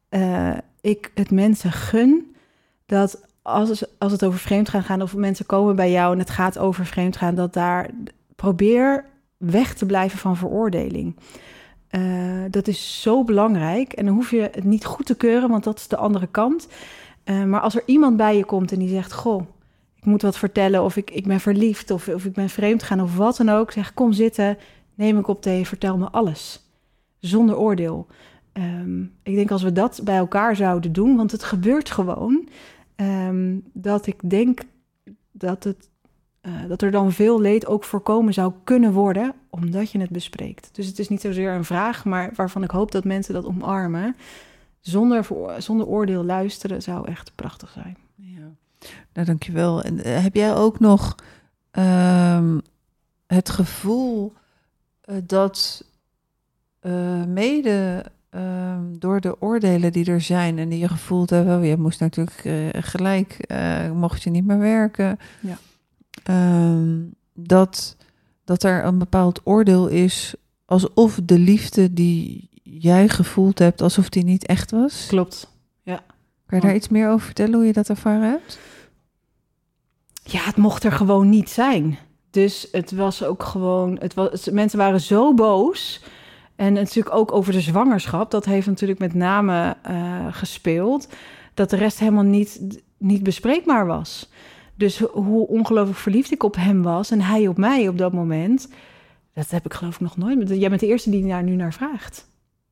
uh, ik het mensen gun dat als, als het over vreemdgaan gaat, of mensen komen bij jou en het gaat over vreemdgaan, dat daar probeer weg te blijven van veroordeling. Uh, dat is zo belangrijk. En dan hoef je het niet goed te keuren, want dat is de andere kant. Uh, maar als er iemand bij je komt en die zegt, goh, ik moet wat vertellen, of ik, ik ben verliefd, of, of ik ben vreemd gaan, of wat dan ook. Zeg, kom zitten, neem een kop thee, vertel me alles. Zonder oordeel. Um, ik denk als we dat bij elkaar zouden doen, want het gebeurt gewoon, um, dat ik denk dat, het, uh, dat er dan veel leed ook voorkomen zou kunnen worden, omdat je het bespreekt. Dus het is niet zozeer een vraag, maar waarvan ik hoop dat mensen dat omarmen. Zonder, zonder oordeel luisteren zou echt prachtig zijn. Ja. Nou, dankjewel. En uh, heb jij ook nog um, het gevoel uh, dat uh, mede uh, door de oordelen die er zijn en die je gevoeld hebt, oh, je moest natuurlijk uh, gelijk, uh, mocht je niet meer werken, ja. um, dat, dat er een bepaald oordeel is, alsof de liefde die jij gevoeld hebt, alsof die niet echt was? Klopt, ja. Kan je daar iets meer over vertellen, hoe je dat ervaren hebt? Ja, het mocht er gewoon niet zijn. Dus het was ook gewoon, het was, mensen waren zo boos. En natuurlijk ook over de zwangerschap, dat heeft natuurlijk met name uh, gespeeld, dat de rest helemaal niet, niet bespreekbaar was. Dus hoe ongelooflijk verliefd ik op hem was en hij op mij op dat moment, dat heb ik geloof ik nog nooit. Jij bent de eerste die daar nu naar vraagt.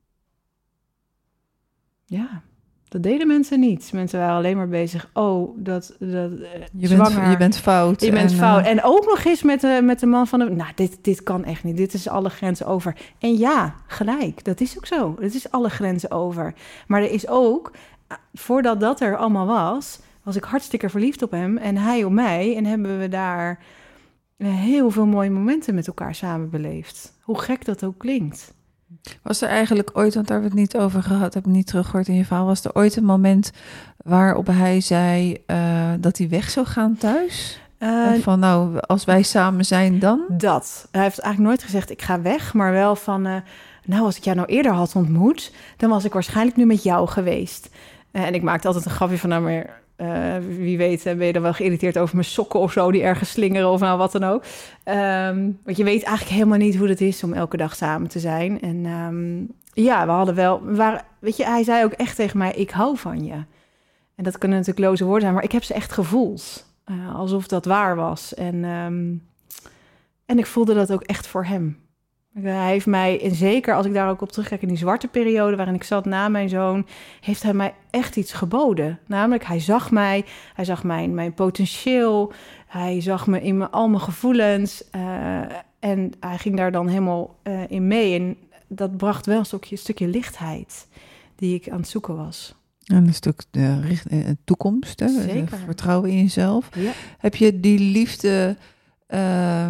Ja, dat deden mensen niet. Mensen waren alleen maar bezig, oh, dat, dat uh, je, zwanger. bent, je bent fout. Je bent en, fout. Uh... En ook nog eens met de, met de man van de... Nou, dit, dit kan echt niet. Dit is alle grenzen over. En ja, gelijk. Dat is ook zo. Het is alle grenzen over. Maar er is ook, voordat dat er allemaal was, was ik hartstikke verliefd op hem en hij op mij. En hebben we daar heel veel mooie momenten met elkaar samen beleefd. Hoe gek dat ook klinkt. Was er eigenlijk ooit, want daar hebben we het niet over gehad, heb ik niet teruggehoord in je verhaal, was er ooit een moment waarop hij zei uh, dat hij weg zou gaan thuis? Uh, van nou, als wij samen zijn dan? Dat. Hij heeft eigenlijk nooit gezegd, ik ga weg, maar wel van, uh, nou, als ik jou nou eerder had ontmoet, dan was ik waarschijnlijk nu met jou geweest. Uh, en ik maakte altijd een grapje van, nou, maar uh, wie weet ben je dan wel geïrriteerd over mijn sokken of zo, die ergens slingeren of nou wat dan ook. Um, want je weet eigenlijk helemaal niet hoe het is om elke dag samen te zijn. En um, ja, we hadden wel, we waren, weet je, hij zei ook echt tegen mij, ik hou van je. En dat kunnen natuurlijk loze woorden zijn, maar ik heb ze echt gevoeld. Uh, alsof dat waar was. En, um, en ik voelde dat ook echt voor hem. Hij heeft mij, en zeker als ik daar ook op terugkijk in die zwarte periode waarin ik zat na mijn zoon, heeft hij mij echt iets geboden. Namelijk, hij zag mij, hij zag mijn, mijn potentieel, hij zag me in mijn, al mijn gevoelens uh, en hij ging daar dan helemaal uh, in mee. En dat bracht wel een stukje, een stukje lichtheid die ik aan het zoeken was. En een stuk uh, richt, uh, toekomst, hè? Zeker. Vertrouwen in jezelf. Ja. Heb je die liefde, uh,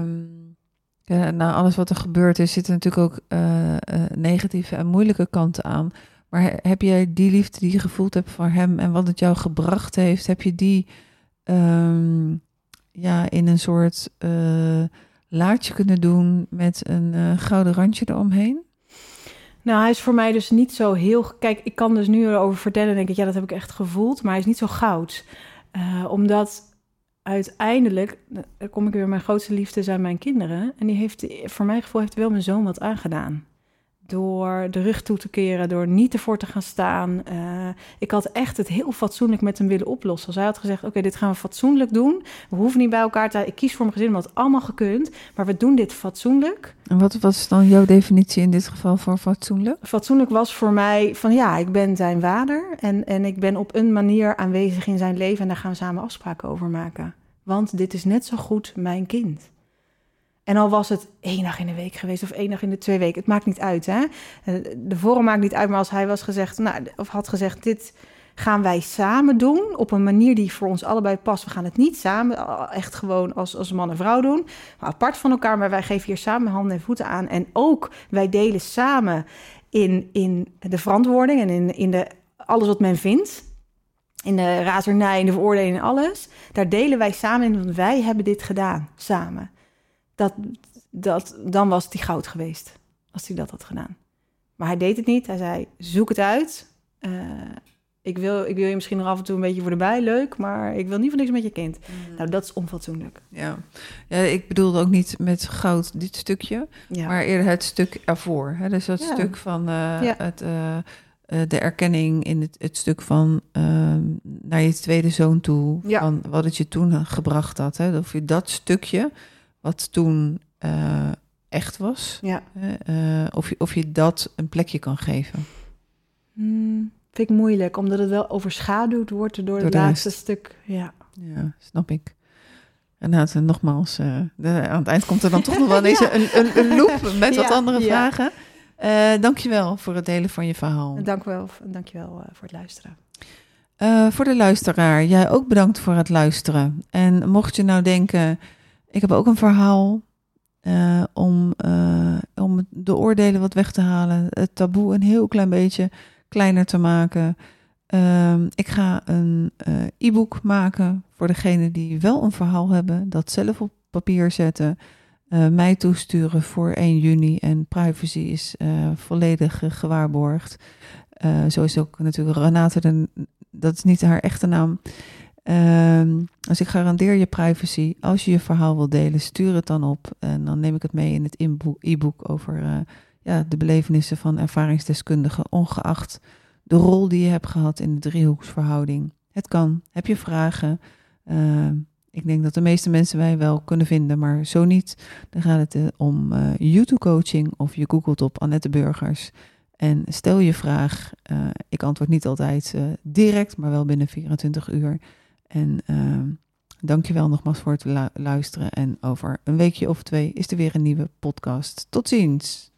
ja, na alles wat er gebeurd is, zitten natuurlijk ook uh, uh, negatieve en moeilijke kanten aan. Maar heb jij die liefde die je gevoeld hebt voor hem en wat het jou gebracht heeft, heb je die um, ja, in een soort uh, laadje kunnen doen met een uh, gouden randje eromheen? Nou, hij is voor mij dus niet zo heel... Kijk, ik kan dus nu erover vertellen en denk ik, ja, dat heb ik echt gevoeld. Maar hij is niet zo goud. Uh, omdat uiteindelijk, dan kom ik weer, mijn grootste liefde zijn mijn kinderen. En die heeft, voor mijn gevoel, heeft wel mijn zoon wat aangedaan. Door de rug toe te keren, door niet ervoor te gaan staan. Uh, ik had echt het heel fatsoenlijk met hem willen oplossen. Als hij had gezegd, oké, okay, dit gaan we fatsoenlijk doen. We hoeven niet bij elkaar te... Ik kies voor mijn gezin, want het allemaal gekund. Maar we doen dit fatsoenlijk. En wat was dan jouw definitie in dit geval voor fatsoenlijk? Fatsoenlijk was voor mij van, ja, ik ben zijn vader. En, en ik ben op een manier aanwezig in zijn leven. En daar gaan we samen afspraken over maken. Want dit is net zo goed mijn kind. En al was het één dag in de week geweest of één dag in de twee weken. Het maakt niet uit, hè. De vorm maakt niet uit, maar als hij was gezegd, nou, of had gezegd, dit gaan wij samen doen op een manier die voor ons allebei past. We gaan het niet samen, echt gewoon als, als man en vrouw doen, maar apart van elkaar. Maar wij geven hier samen handen en voeten aan. En ook wij delen samen in, in de verantwoording en in, in de, alles wat men vindt. In de razernij, in de veroordeling en alles. Daar delen wij samen in, want wij hebben dit gedaan, samen. Dat, dat, dan was hij goud geweest, als hij dat had gedaan. Maar hij deed het niet. Hij zei, zoek het uit. Uh, ik, wil, ik wil je misschien nog af en toe een beetje voor de bij, leuk, maar ik wil niet van niks met je kind. Mm. Nou, dat is onfatsoenlijk. Ja. ja, ik bedoelde ook niet met goud dit stukje, ja. maar eerder het stuk ervoor. Hè? Dus dat ja. stuk van uh, ja. het, uh, uh, de erkenning in het, het stuk van uh, naar je tweede zoon toe, ja. van wat het je toen gebracht had. Hè? Of je dat stukje, wat toen uh, echt was, ja. uh, of, je, of je dat een plekje kan geven. Mm. Vind ik moeilijk, omdat het wel overschaduwd wordt door, door het laatste rest. stuk. Ja. ja, snap ik. En nou, nogmaals, uh, de, aan het eind komt er dan toch nog wel eens ja. een, een, een loop met ja, wat andere ja. vragen. Uh, dankjewel voor het delen van je verhaal. Dank wel, dankjewel uh, voor het luisteren. Uh, voor de luisteraar, jij ook bedankt voor het luisteren. En mocht je nou denken, ik heb ook een verhaal uh, om, uh, om de oordelen wat weg te halen, het taboe een heel klein beetje kleiner te maken. Uh, ik ga een uh, e-book maken voor degenen die wel een verhaal hebben, dat zelf op papier zetten, uh, mij toesturen voor één juni en privacy is uh, volledig uh, gewaarborgd. Uh, zo is ook natuurlijk Renate, de, dat is niet haar echte naam. Uh, dus ik garandeer je privacy. Als je je verhaal wil delen, stuur het dan op en dan neem ik het mee in het e-book over uh, ja, de belevenissen van ervaringsdeskundigen, ongeacht de rol die je hebt gehad in de driehoeksverhouding. Het kan. Heb je vragen? Uh, ik denk dat de meeste mensen wij wel kunnen vinden, maar zo niet. Dan gaat het uh, om uh, YouTube-coaching of je googelt op Annette Burgers. En stel je vraag. Uh, ik antwoord niet altijd uh, direct, maar wel binnen vierentwintig uur. En uh, dank je wel nogmaals voor het lu- luisteren. En over een weekje of twee is er weer een nieuwe podcast. Tot ziens!